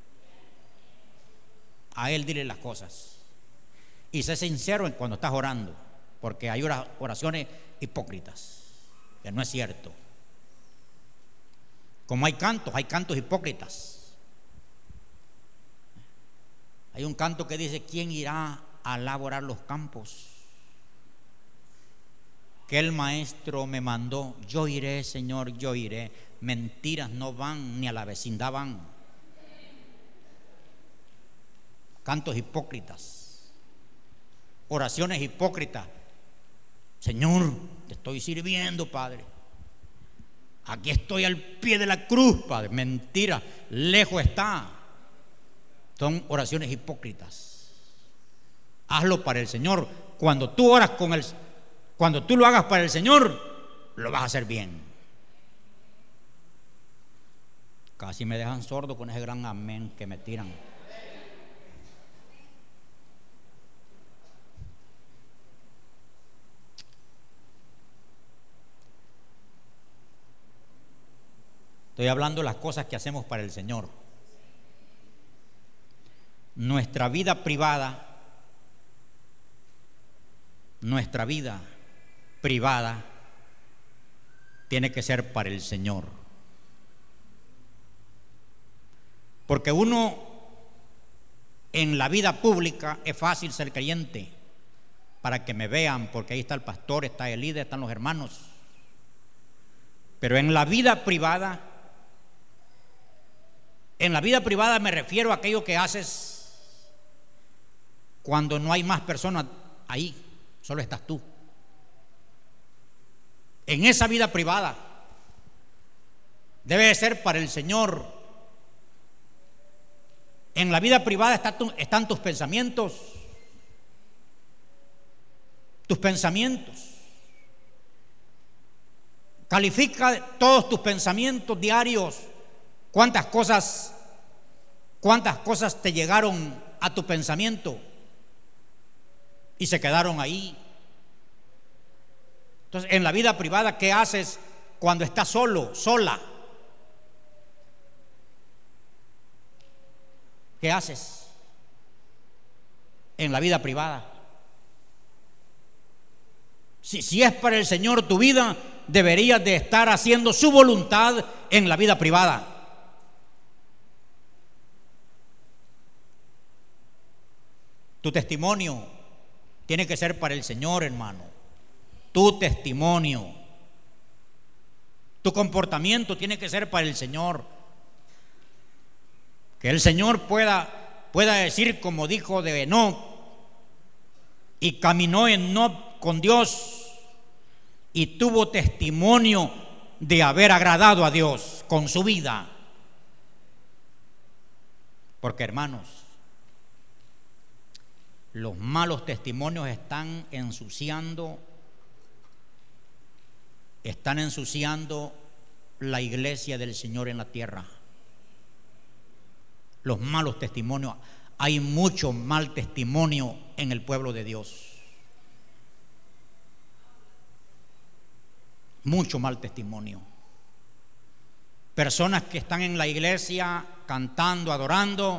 A Él dile las cosas y sé sincero cuando estás orando, porque hay oraciones hipócritas, que no es cierto. Como hay cantos, hay cantos hipócritas. Hay un canto que dice: ¿quién irá a laborar los campos? Que el maestro me mandó, yo iré, Señor, yo iré. Mentiras, no van, ni a la vecindad van. Cantos hipócritas, oraciones hipócritas. Señor, te estoy sirviendo, Padre. Aquí estoy al pie de la cruz, Padre. Mentira, lejos está. Son oraciones hipócritas. Hazlo para el Señor. Cuando tú oras con el, cuando tú lo hagas para el Señor, lo vas a hacer bien. Casi me dejan sordo con ese gran amén que me tiran. Estoy hablando de las cosas que hacemos para el Señor. Nuestra vida privada, nuestra vida privada tiene que ser para el Señor. Porque uno en la vida pública es fácil ser creyente, para que me vean, porque ahí está el pastor, está el líder, están los hermanos. Pero en la vida privada, en la vida privada me refiero a aquello que haces cuando no hay más personas ahí, solo estás tú. En esa vida privada debe de ser para el Señor. En la vida privada está tu, están tus pensamientos, tus pensamientos. Califica todos tus pensamientos diarios. ¿Cuántas cosas, cuántas cosas te llegaron a tu pensamiento y se quedaron ahí? Entonces, en la vida privada, ¿qué haces cuando estás solo, sola? ¿Qué haces en la vida privada? Si, si es para el Señor tu vida, deberías de estar haciendo su voluntad en la vida privada. Tu testimonio tiene que ser para el Señor, hermano. Tu testimonio, tu comportamiento tiene que ser para el Señor. Que el Señor pueda, pueda decir, como dijo de Enoc, y caminó Enoc con Dios y tuvo testimonio de haber agradado a Dios con su vida. Porque, hermanos, los malos testimonios están ensuciando, están ensuciando la iglesia del Señor en la tierra. Los malos testimonios, hay mucho mal testimonio en el pueblo de Dios. Mucho mal testimonio. Personas que están en la iglesia cantando, adorando,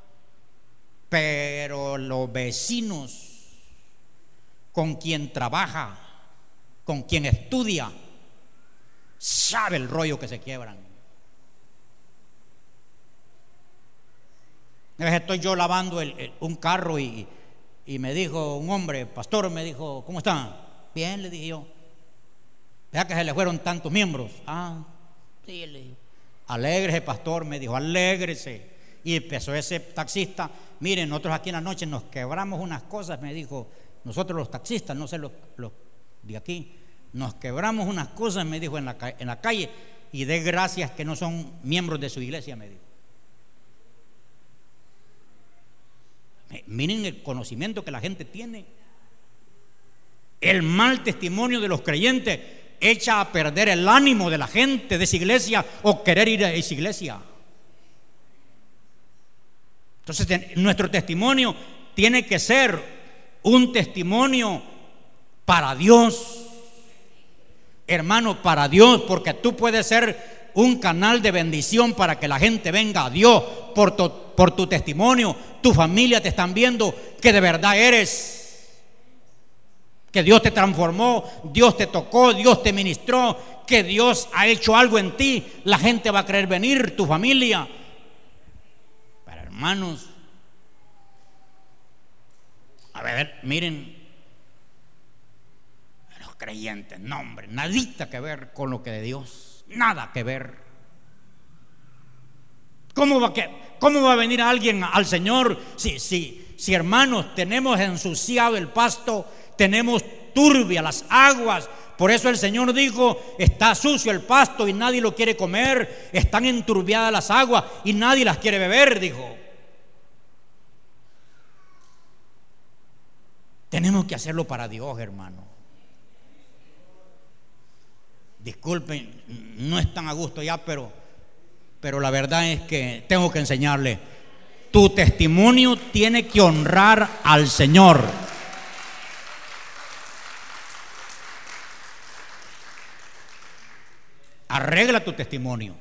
pero los vecinos con quien trabaja, con quien estudia, sabe el rollo que se quiebran. A veces estoy yo lavando el, el, un carro y, y me dijo un hombre, pastor, me dijo, ¿cómo está? Bien, le dije yo. ¿Verdad que se le fueron tantos miembros? Ah, sí, le dije. Alégrese, pastor, me dijo, alégrese. Y empezó ese taxista, miren, nosotros aquí en la noche nos quebramos unas cosas, me dijo, nosotros los taxistas, no sé los, los de aquí, nos quebramos unas cosas, me dijo, en la, en la calle, y dé gracias que no son miembros de su iglesia, me dijo. Miren el conocimiento que la gente tiene. El mal testimonio de los creyentes echa a perder el ánimo de la gente de esa iglesia o querer ir a esa iglesia. Entonces, nuestro testimonio tiene que ser un testimonio para Dios, hermano, para Dios, porque tú puedes ser un canal de bendición para que la gente venga a Dios por tu, por tu testimonio. Tu familia te están viendo que de verdad eres, que Dios te transformó, Dios te tocó, Dios te ministró, que Dios ha hecho algo en ti. La gente va a querer venir, tu familia. Pero, hermanos, a ver, miren, los creyentes, no, hombre, nadita que ver con lo que de Dios, nada que ver. ¿Cómo va, que, cómo va a venir alguien al Señor si, si, si, hermanos, tenemos ensuciado el pasto, tenemos turbia las aguas? Por eso el Señor dijo, está sucio el pasto y nadie lo quiere comer, están enturbiadas las aguas y nadie las quiere beber, dijo. Tenemos que hacerlo para Dios, hermano. Disculpen, no es tan a gusto ya, pero, pero la verdad es que tengo que enseñarle. Tu testimonio tiene que honrar al Señor. Arregla tu testimonio.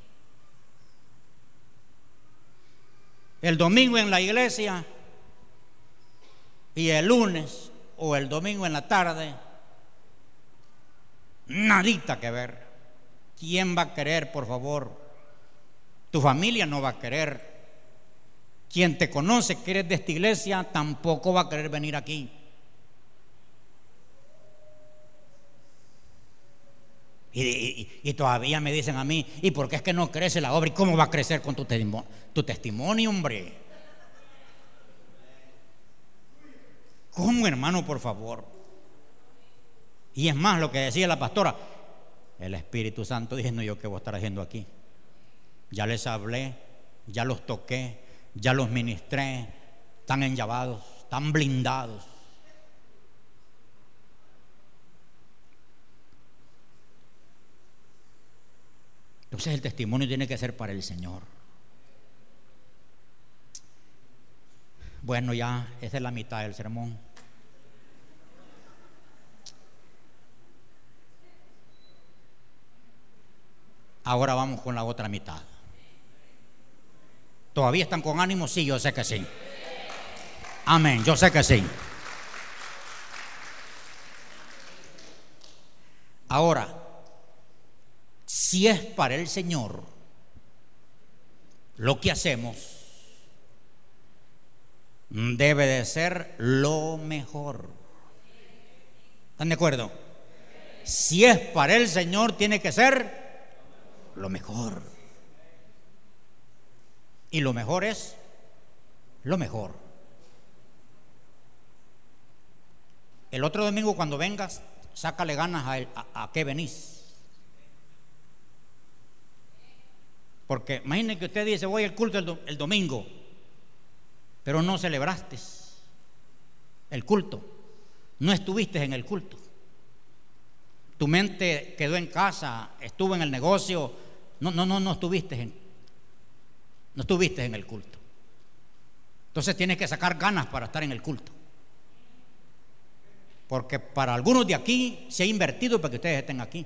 El domingo en la iglesia y el lunes o el domingo en la tarde, nadita que ver. ¿Quién va a querer, por favor? Tu familia no va a querer. Quien te conoce que eres de esta iglesia tampoco va a querer venir aquí. Y, y, y todavía me dicen a mí, ¿y por qué es que no crece la obra? ¿Y cómo va a crecer con tu testimonio, tu testimonio, hombre? ¿Cómo, hermano, por favor? Y es más, lo que decía la pastora, el Espíritu Santo dice, no, yo qué voy a estar haciendo aquí. Ya les hablé, ya los toqué, ya los ministré, están enllavados, están blindados. Entonces el testimonio tiene que ser para el Señor. Bueno, ya esa es la mitad del sermón. Ahora vamos con la otra mitad. ¿Todavía están con ánimo? Sí, yo sé que sí. Amén, yo sé que sí. Ahora, si es para el Señor, lo que hacemos debe de ser lo mejor. ¿Están de acuerdo? Si es para el Señor, tiene que ser lo mejor. Y lo mejor es lo mejor. El otro domingo cuando vengas, sácale ganas a, él, a, a qué venís. Porque imaginen que usted dice, voy al culto el, do, el domingo, pero no celebraste el culto, no estuviste en el culto. Tu mente quedó en casa, estuvo en el negocio, no, no, no, no estuviste en, no estuviste en el culto. Entonces tienes que sacar ganas para estar en el culto. Porque para algunos de aquí se ha invertido para que ustedes estén aquí.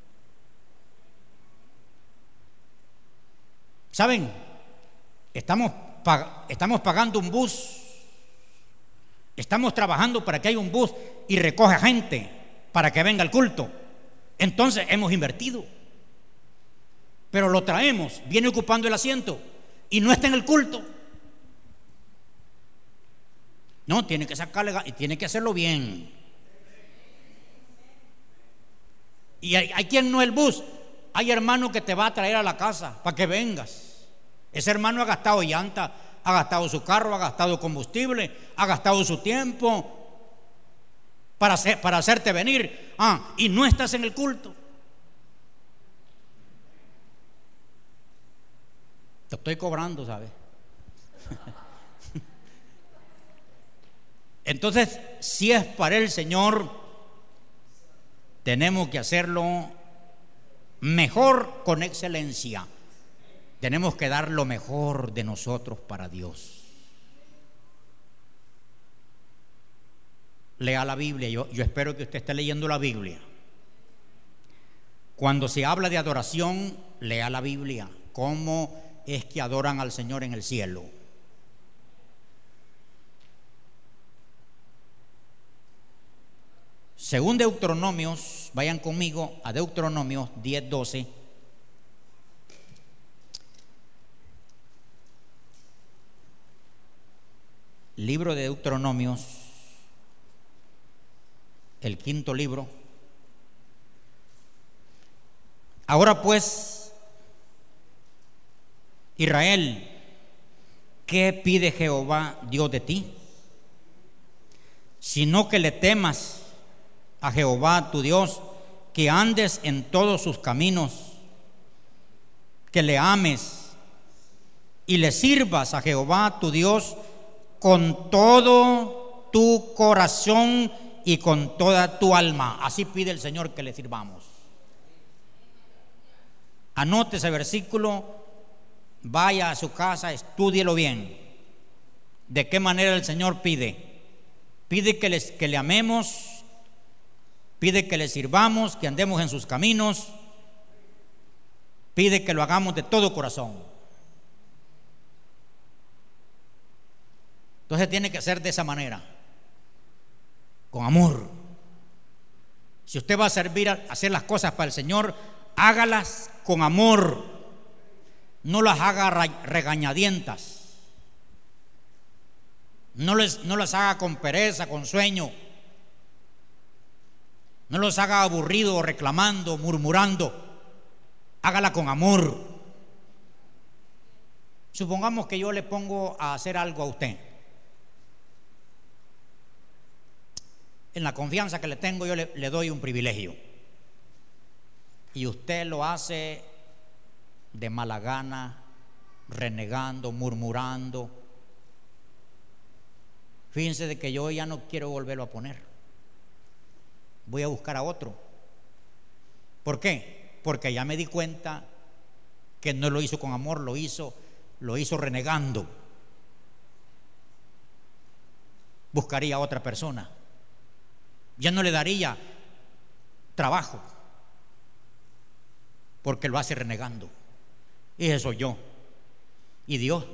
¿Saben? Estamos, pag- estamos pagando un bus. Estamos trabajando para que haya un bus y recoja gente para que venga al culto. Entonces hemos invertido. Pero lo traemos, viene ocupando el asiento y no está en el culto. No, tiene que sacarle y tiene que hacerlo bien. Y hay, hay quien no el bus. Hay hermano que te va a traer a la casa para que vengas. Ese hermano ha gastado llanta, ha gastado su carro, ha gastado combustible, ha gastado su tiempo para, hacer, para hacerte venir. Ah, y no estás en el culto. Te estoy cobrando, ¿sabes? Entonces, si es para el Señor, tenemos que hacerlo mejor, con excelencia. Tenemos que dar lo mejor de nosotros para Dios. Lea la Biblia. Yo, yo espero que usted esté leyendo la Biblia. Cuando se habla de adoración, lea la Biblia. ¿Cómo es que adoran al Señor en el cielo? Según Deuteronomios, vayan conmigo a Deuteronomios diez doce. Libro de Deuteronomios, el quinto libro. Ahora pues, Israel, ¿qué pide Jehová Dios de ti? Sino que le temas a Jehová tu Dios, que andes en todos sus caminos, que le ames y le sirvas a Jehová tu Dios con todo tu corazón y con toda tu alma. Así pide el Señor que le sirvamos. Anote ese versículo, vaya a su casa, estúdielo bien. ¿De qué manera el Señor pide? Pide que, les, que le amemos, pide que le sirvamos, que andemos en sus caminos, pide que lo hagamos de todo corazón. Entonces tiene que ser de esa manera, con amor. Si usted va a servir, a hacer las cosas para el Señor, hágalas con amor, no las haga regañadientas, no, les, no las haga con pereza, con sueño. No los haga aburridos, reclamando, murmurando. Hágala con amor. Supongamos que yo le pongo a hacer algo a usted. En la confianza que le tengo, yo le, le doy un privilegio. Y usted lo hace de mala gana, renegando, murmurando. Fíjense de que yo ya no quiero volverlo a poner. Voy a buscar a otro. ¿Por qué? Porque ya me di cuenta que no lo hizo con amor, lo hizo, lo hizo renegando. Buscaría a otra persona. Ya no le daría trabajo, porque lo hace renegando. Y ese soy yo. ¿Y Dios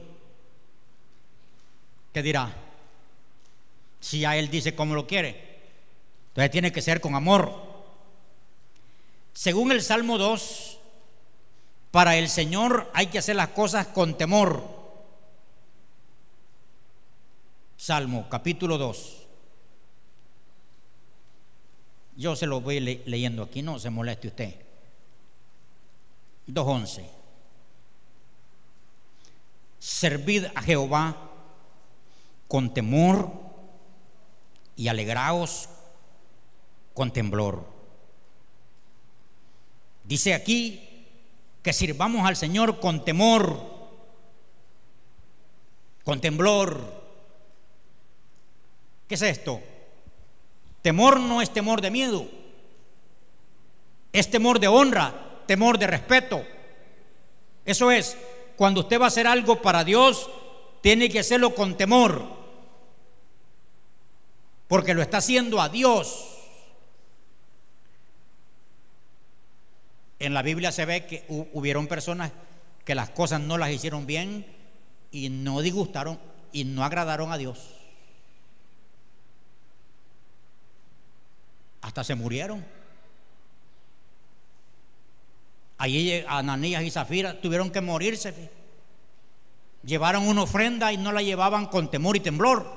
qué dirá? Si a Él dice cómo lo quiere, entonces tiene que ser con amor. Según el Salmo dos, Para el Señor hay que hacer las cosas con temor. Salmo capítulo dos. Yo se lo voy le- leyendo aquí, no se moleste usted. dos once. Servid a Jehová con temor y alegraos con temblor. Dice aquí que sirvamos al Señor con temor, con temblor. ¿Qué es esto? Temor no es temor de miedo, es temor de honra, temor de respeto. Eso es, cuando usted va a hacer algo para Dios, tiene que hacerlo con temor, porque lo está haciendo a Dios. En la Biblia se ve que hubieron personas que las cosas no las hicieron bien y no disgustaron y no agradaron a Dios. Hasta se murieron. Allí Ananías y Zafira tuvieron que morirse. Llevaron una ofrenda y no la llevaban con temor y temblor.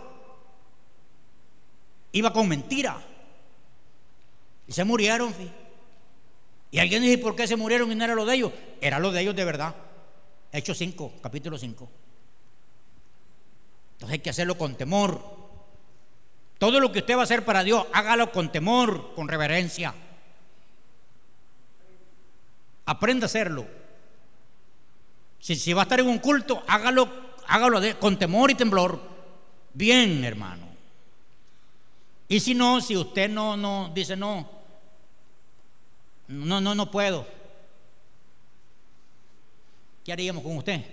Iba con mentira y se murieron. Y alguien dice: ¿por qué se murieron y no era lo de ellos? Era lo de ellos de verdad. Hechos cinco, capítulo cinco. Entonces hay que hacerlo con temor. Todo lo que usted va a hacer para Dios, hágalo con temor, con reverencia. Aprenda a hacerlo. Si, si va a estar en un culto, hágalo, hágalo de, con temor y temblor. Bien, hermano. Y si no, si usted no, no dice no, no, no, no puedo, ¿qué haríamos con usted?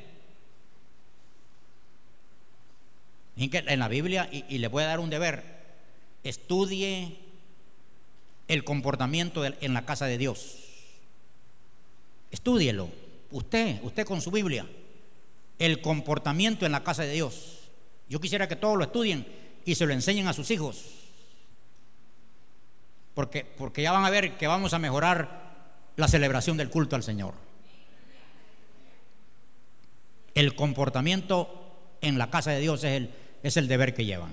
En la Biblia, y, y le voy a dar un deber: estudie el comportamiento de, en la casa de Dios. Estúdielo, usted, usted con su Biblia, el comportamiento en la casa de Dios. Yo quisiera que todos lo estudien y se lo enseñen a sus hijos, porque, porque ya van a ver que vamos a mejorar la celebración del culto al Señor. El comportamiento en la casa de Dios es el, es el deber que llevan.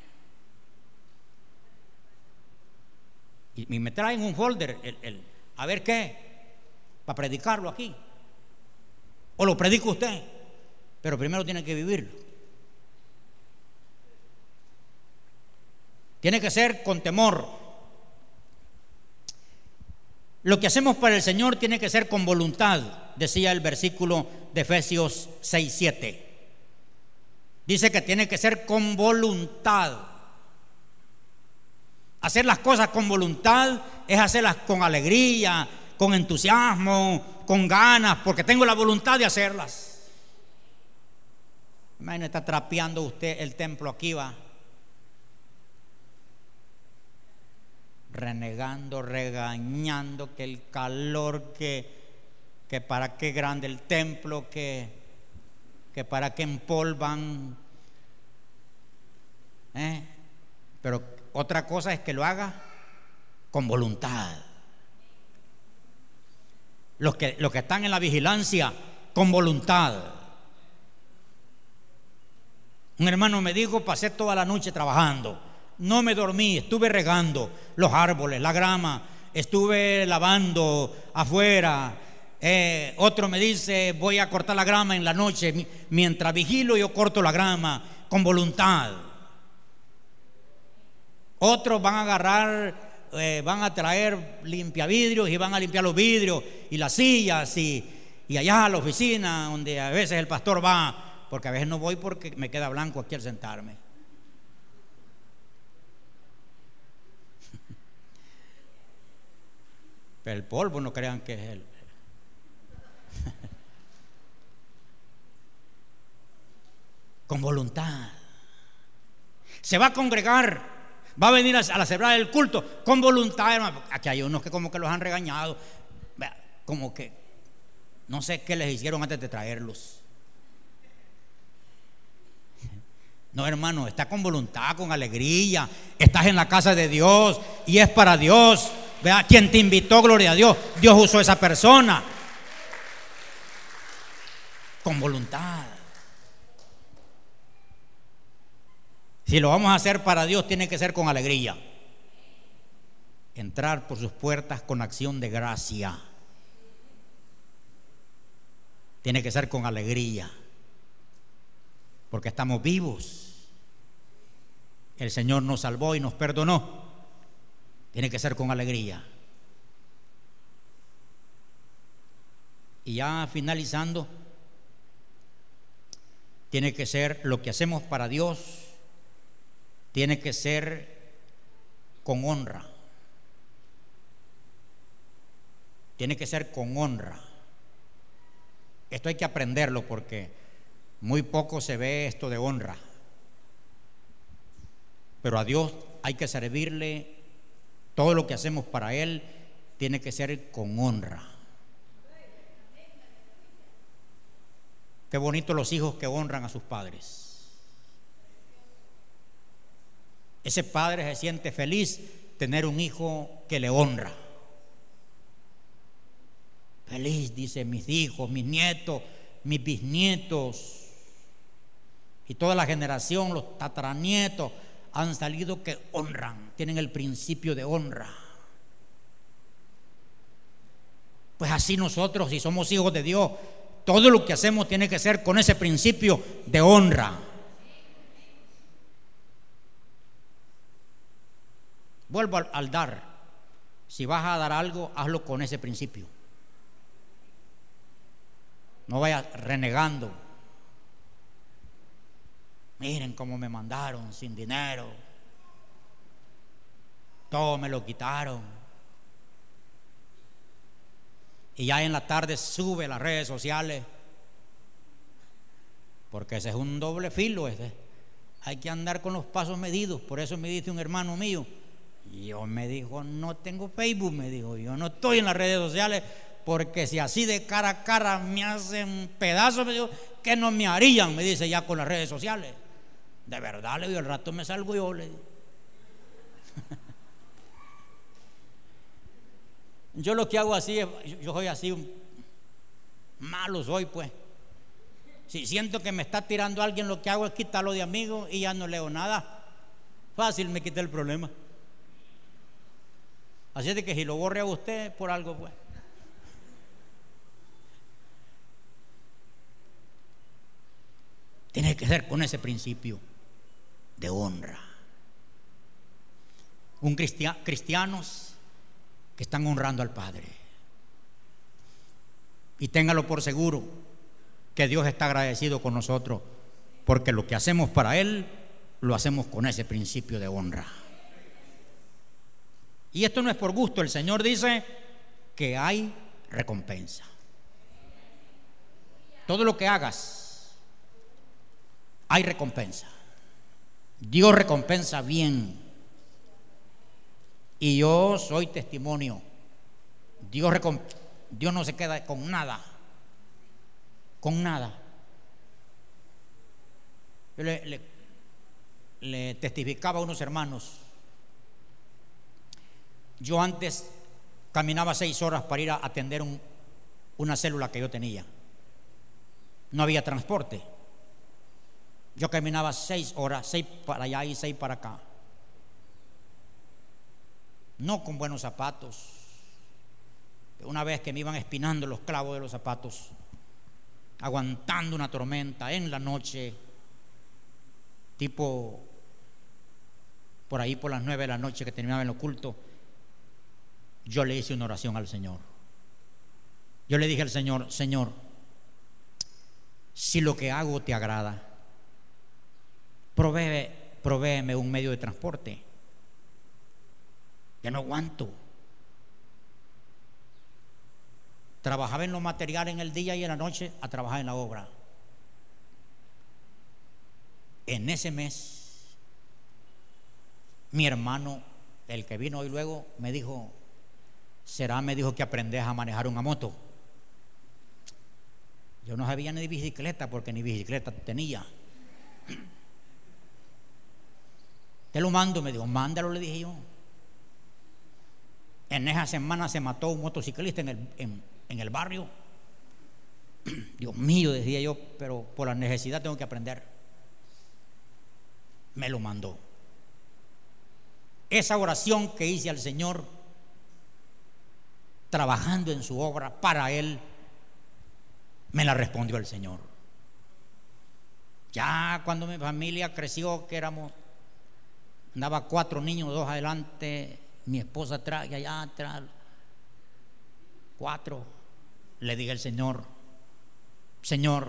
Y me traen un folder, el, el, a ver qué, para predicarlo aquí. O lo predica usted, pero primero tiene que vivirlo. Tiene que ser con temor. Lo que hacemos para el Señor tiene que ser con voluntad, decía el versículo de Efesios seis siete. Dice que tiene que ser con voluntad. Hacer las cosas con voluntad es hacerlas con alegría, con entusiasmo, con ganas, porque tengo la voluntad de hacerlas. Imagínate, está trapeando usted el templo aquí, va, renegando, regañando, que el calor, que, que para qué grande el templo, que, que para qué empolvan, ¿eh? Pero otra cosa es que lo haga con voluntad. Los que, los que están en la vigilancia, con voluntad. Un hermano me dijo: pasé toda la noche trabajando, no me dormí, estuve regando los árboles, la grama, estuve lavando afuera. Eh, otro me dice: voy a cortar la grama en la noche, mientras vigilo yo corto la grama, con voluntad. Otros van a agarrar, eh, van a traer limpiavidrios y van a limpiar los vidrios y las sillas, y, y allá a la oficina donde a veces el pastor va, porque a veces no voy porque me queda blanco aquí al sentarme. Pero el polvo no crean que es él. Con voluntad. Se va a congregar, va a venir a la celebrar el culto con voluntad, hermano. Aquí hay unos que como que los han regañado, como que no sé qué les hicieron antes de traerlos. No, hermano, está con voluntad, con alegría. Estás en la casa de Dios y es para Dios. Vea, quien te invitó, gloria a Dios, Dios usó esa persona. con voluntad. Si lo vamos a hacer para Dios, tiene que ser con alegría. Entrar por sus puertas con acción de gracia. Tiene que ser con alegría, porque estamos vivos. El Señor nos salvó y nos perdonó. Tiene que ser con alegría. Y ya finalizando, tiene que ser lo que hacemos para Dios, tiene que ser con honra. Tiene que ser con honra. Esto hay que aprenderlo porque muy poco se ve esto de honra. Pero a Dios hay que servirle. Todo lo que hacemos para Él tiene que ser con honra. Qué bonito los hijos que honran a sus padres. Ese padre se siente feliz tener un hijo que le honra. Feliz, dice, mis hijos, mis nietos, mis bisnietos y toda la generación, los tataranietos han salido que honran, tienen el principio de honra. Pues así nosotros, si somos hijos de Dios, todo lo que hacemos tiene que ser con ese principio de honra. Vuelvo al, al dar. Si vas a dar algo, hazlo con ese principio. No vayas renegando. Miren cómo me mandaron sin dinero. Todo me lo quitaron. Y ya en la tarde sube a las redes sociales. Porque ese es un doble filo ese. Hay que andar con los pasos medidos. Por eso me dice un hermano mío. Y yo me dijo, no tengo Facebook, me dijo. Yo no estoy en las redes sociales. Porque si así de cara a cara me hacen pedazos, me dijo, ¿qué no me harían? Me dice ya con las redes sociales. De verdad, le digo, al rato me salgo yo, le digo. Yo lo que hago así, yo soy así, malo soy pues. Si siento que me está tirando alguien, lo que hago es quitarlo de amigo y ya no leo nada. Fácil me quité el problema. Así es de que si lo borre a usted, por algo pues. Tiene que ser con ese principio de honra. Un cristia, cristianos que están honrando al Padre. Y téngalo por seguro que Dios está agradecido con nosotros, porque lo que hacemos para Él lo hacemos con ese principio de honra. Y esto no es por gusto. El Señor dice que hay recompensa. Todo lo que hagas, hay recompensa. Dios recompensa bien. Y yo soy testimonio. Dios, recomp- Dios no se queda con nada. Con nada. Yo le, le, le testificaba a unos hermanos. Yo antes caminaba seis horas para ir a atender un, una célula que yo tenía. No había transporte. Yo caminaba seis horas, seis para allá y seis para acá. No con buenos zapatos. Una vez que me iban espinando los clavos de los zapatos, aguantando una tormenta en la noche, tipo por ahí por las nueve de la noche que terminaba el oculto, yo le hice una oración al Señor. Yo le dije al Señor: Señor, si lo que hago te agrada, Provee, provéeme un medio de transporte. Ya no aguanto. Trabajaba en lo material en el día y en la noche a trabajar en la obra. En ese mes, mi hermano, el que vino hoy luego, me dijo: será, me dijo, que aprendes a manejar una moto. Yo no sabía ni de bicicleta, porque ni bicicleta tenía. Te lo mando, me dijo. Mándalo, le dije yo. En esa semana se mató un motociclista en el, en, en el barrio. Dios Dios mío, decía yo, pero por la necesidad tengo que aprender. Me lo mandó. Esa oración que hice al Señor, trabajando en su obra para Él, me la respondió el Señor. Ya cuando mi familia creció, que éramos, andaba cuatro niños, dos adelante, mi esposa atrás y allá atrás, cuatro, le dije al Señor: Señor,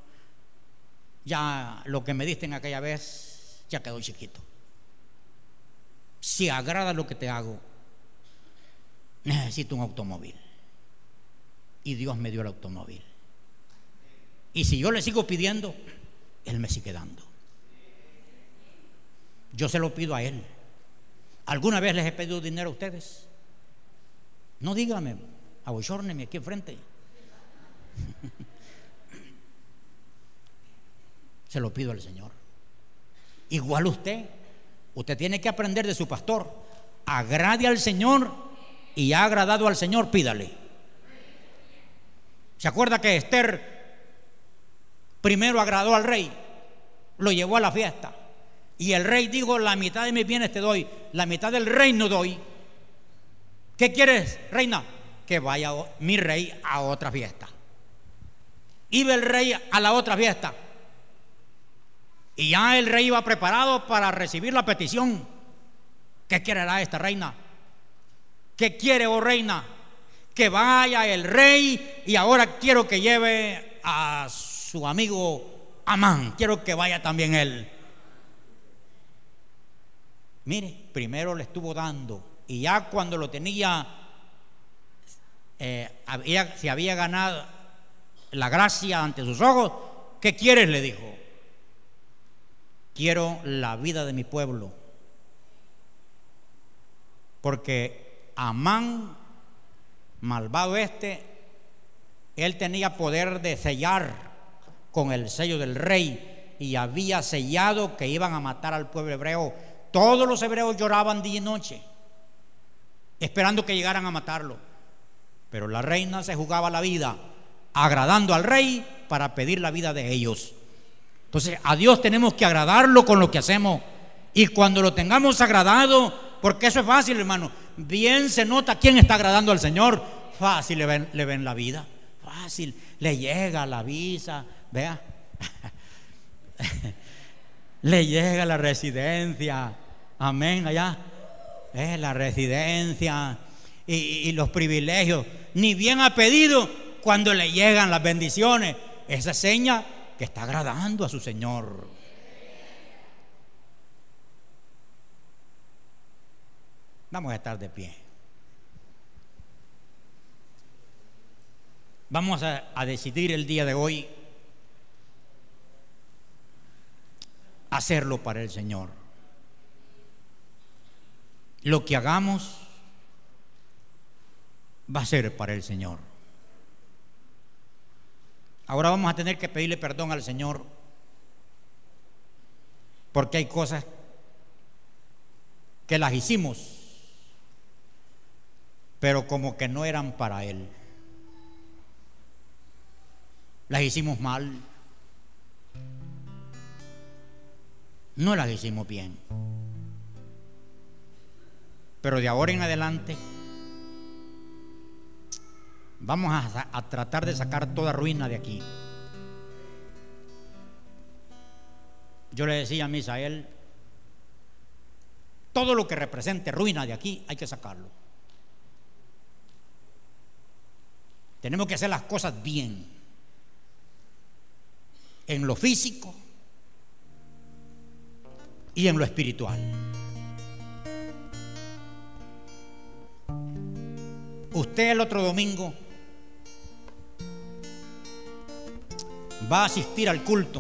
ya lo que me diste en aquella vez ya quedó chiquito. Si agrada lo que te hago, necesito un automóvil. Y Dios me dio el automóvil. Y si yo le sigo pidiendo, Él me sigue dando. Yo se lo pido a Él. ¿Alguna vez les he pedido dinero a ustedes? No, dígame, abochórneme aquí enfrente. Se lo pido al Señor. Igual usted, usted tiene que aprender de su pastor. Agrade al Señor, y ha agradado al Señor, pídale. ¿Se acuerda que Esther primero agradó al rey? Lo llevó a la fiesta, y el rey dijo: la mitad de mis bienes te doy, la mitad del reino doy. ¿Qué quieres, reina? Que vaya mi rey a otra fiesta. Iba el rey a la otra fiesta, y ya el rey iba preparado para recibir la petición. ¿Qué quererá esta reina? ¿Qué quiere, oh reina? Que vaya el rey, y ahora quiero que lleve a su amigo Amán, quiero que vaya también él. Mire, primero le estuvo dando, y ya cuando lo tenía, eh, había, se había ganado la gracia ante sus ojos. ¿Qué quieres?, le dijo. Quiero la vida de mi pueblo, porque Amán, malvado este, él tenía poder de sellar con el sello del rey, y había sellado que iban a matar al pueblo hebreo. Todos los hebreos lloraban día y noche esperando que llegaran a matarlo, pero la reina se jugaba la vida agradando al rey para pedir la vida de ellos. Entonces a Dios tenemos que agradarlo con lo que hacemos, y cuando lo tengamos agradado, porque eso es fácil, hermano, bien se nota quién está agradando al Señor. Fácil le ven, le ven la vida, fácil, le llega la visa, vea, le llega la residencia, amén, allá, eh, la residencia y, y los privilegios. Ni bien ha pedido, cuando le llegan las bendiciones, esa seña que está agradando a su Señor. Vamos a estar de pie. Vamos a, a decidir el día de hoy hacerlo para el Señor. Lo que hagamos va a ser para el Señor. Ahora vamos a tener que pedirle perdón al Señor, porque hay cosas que las hicimos, pero como que no eran para Él. Las hicimos mal, no las hicimos bien. Pero de ahora en adelante vamos a, a tratar de sacar toda ruina de aquí. Yo le decía a Misael: todo lo que represente ruina de aquí hay que sacarlo. Tenemos que hacer las cosas bien, en lo físico y en lo espiritual. Usted el otro domingo va a asistir al culto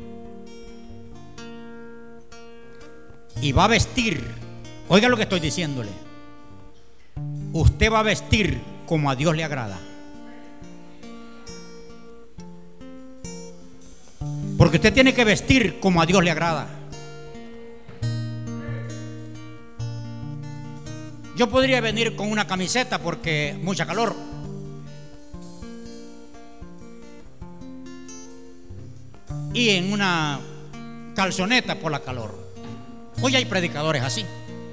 y va a vestir, oiga lo que estoy diciéndole, usted va a vestir como a Dios le agrada. Porque usted tiene que vestir como a Dios le agrada. Yo podría venir con una camiseta porque mucha calor, y en una calzoneta por la calor. Hoy hay predicadores así.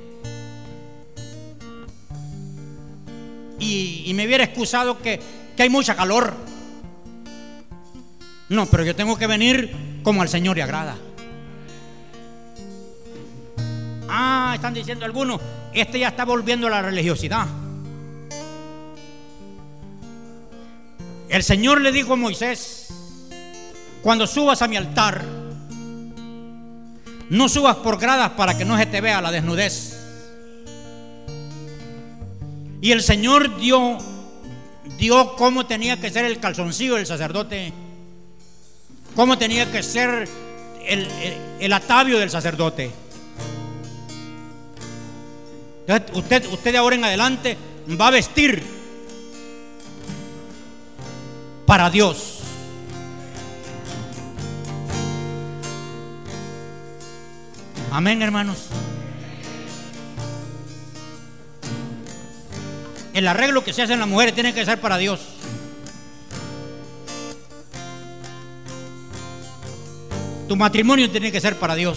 Y, y me hubiera excusado que, que hay mucha calor. No, pero yo tengo que venir como al Señor le agrada. Ah, están diciendo algunos, este ya está volviendo a la religiosidad. El Señor le dijo a Moisés: cuando subas a mi altar, no subas por gradas para que no se te vea la desnudez. Y el Señor dio, dio cómo tenía que ser el calzoncillo del sacerdote, cómo tenía que ser el, el, el atavio del sacerdote. Entonces, usted, usted de ahora en adelante va a vestir para Dios. Amén, hermanos. El arreglo que se hace en las mujeres tiene que ser para Dios. Tu matrimonio tiene que ser para Dios.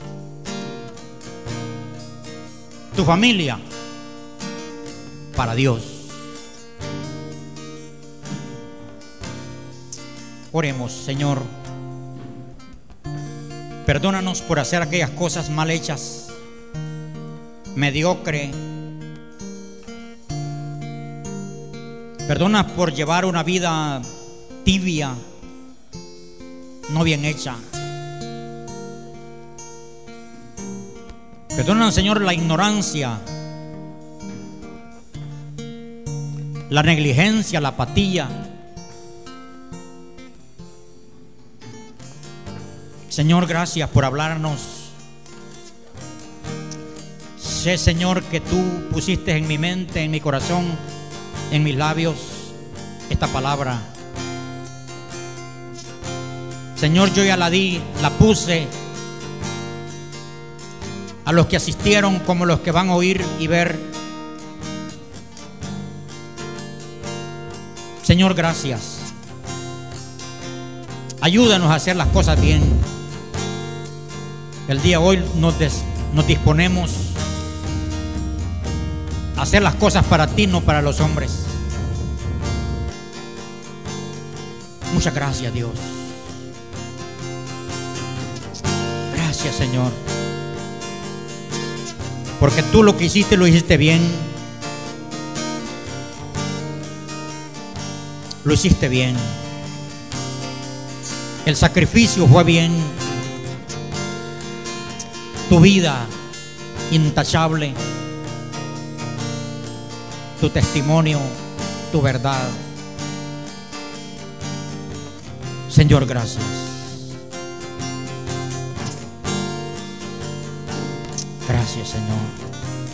Tu familia para Dios. Oremos. Señor, perdónanos por hacer aquellas cosas mal hechas, mediocre. Perdona por llevar una vida tibia, no bien hecha. Perdona, Señor, la ignorancia, la negligencia, la apatía. Señor, gracias por hablarnos. Sé, Señor, que tú pusiste en mi mente, en mi corazón, en mis labios esta palabra. Señor, yo ya la di, la puse a los que asistieron como los que van a oír y ver. Señor, gracias. Ayúdanos a hacer las cosas bien. El día de hoy nos, des, nos disponemos a hacer las cosas para ti, no para los hombres. Muchas gracias, Dios. Gracias, Señor, porque tú lo que hiciste lo hiciste bien. Lo hiciste bien. El sacrificio fue bien. Tu vida intachable. Tu testimonio, tu verdad. Señor, gracias. Gracias, Señor.